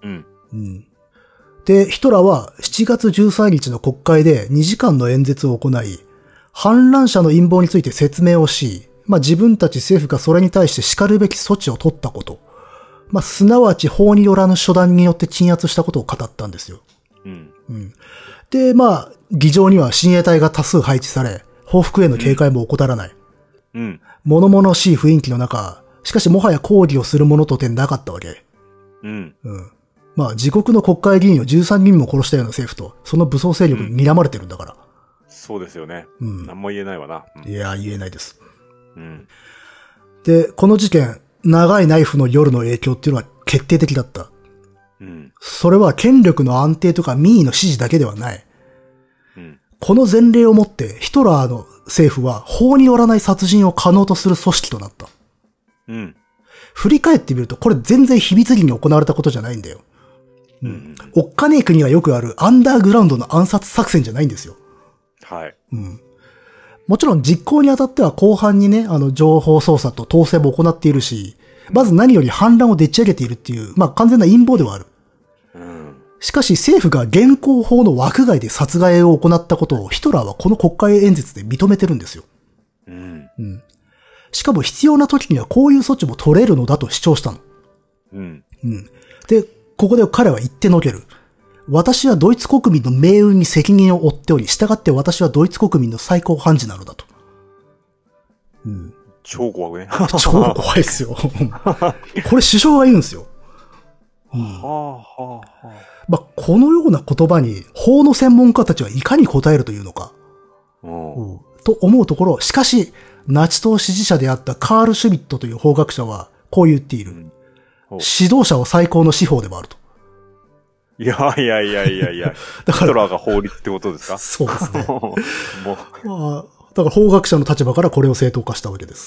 で、ヒトラーは7月13日の国会で2時間の演説を行い、反乱者の陰謀について説明をし、まあ自分たち政府がそれに対して叱るべき措置を取ったこと、まあすなわち法によらぬ初段によって鎮圧したことを語ったんですよ。で、まあ、議場には親衛隊が多数配置され、報復への警戒も怠らない。物々しい雰囲気の中、しかしもはや抗議をするものとてなかったわけ。まあ、自国の国会議員を13人も殺したような政府と、その武装勢力に睨まれてるんだから。 そうですよね。何も言えないわな。 いや、言えないです。で、この事件、長いナイフの夜の影響っていうのは決定的だった。それは権力の安定とか民意の支持だけではない。この前例をもってヒトラーの政府は法によらない殺人を可能とする組織となった。振り返ってみるとこれ全然秘密裏に行われたことじゃないんだよ。おっかねえ国がよくあるアンダーグラウンドの暗殺作戦じゃないんですよ。もちろん実行にあたっては後半にね、情報操作と統制も行っているし、まず何より反乱をでっち上げているっていう、まあ完全な陰謀ではある。しかし政府が現行法の枠外で殺害を行ったことをヒトラーはこの国会演説で認めてるんですよ。しかも必要な時にはこういう措置も取れるのだと主張したの。で、ここで彼は言ってのける。私はドイツ国民の命運に責任を負っており、従って私はドイツ国民の最高判事なのだと。 超怖くね。 超怖いですよ。これ首相が言うんですよ。まあ、このような言葉に法の専門家たちはいかに答えるというのか。と思うところ、しかし、ナチ党支持者であったカール・シュミットという法学者はこう言っている。指導者は最高の司法でもあると。 いや。ヒトラーが法律ってことですか？ そうですね。もうだから法学者の立場からこれを正当化したわけです。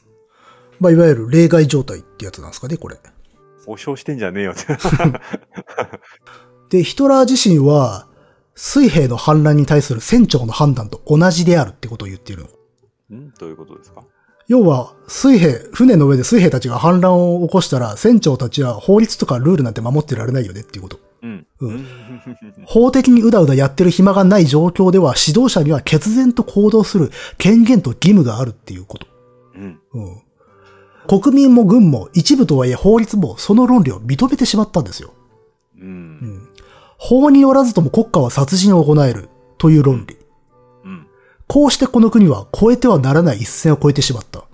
まあ、いわゆる例外状態ってやつなんですかね、これ。 保証してんじゃねえよって。 で、ヒトラー自身は、水兵の反乱に対する船長の判断と同じであるってことを言っているの。 どういうことですか？ 要は、船の上で水兵たちが反乱を起こしたら、船長たちは法律とかルールなんて守ってられないよねっていうこと。法的にうだうだやってる暇がない状況では、指導者には決然と行動する権限と義務があるっていうこと。国民も軍も一部とはいえ法律もその論理を認めてしまったんですよ。 法によらずとも国家は殺人を行えるという論理。こうしてこの国は越えてはならない一線を越えてしまった。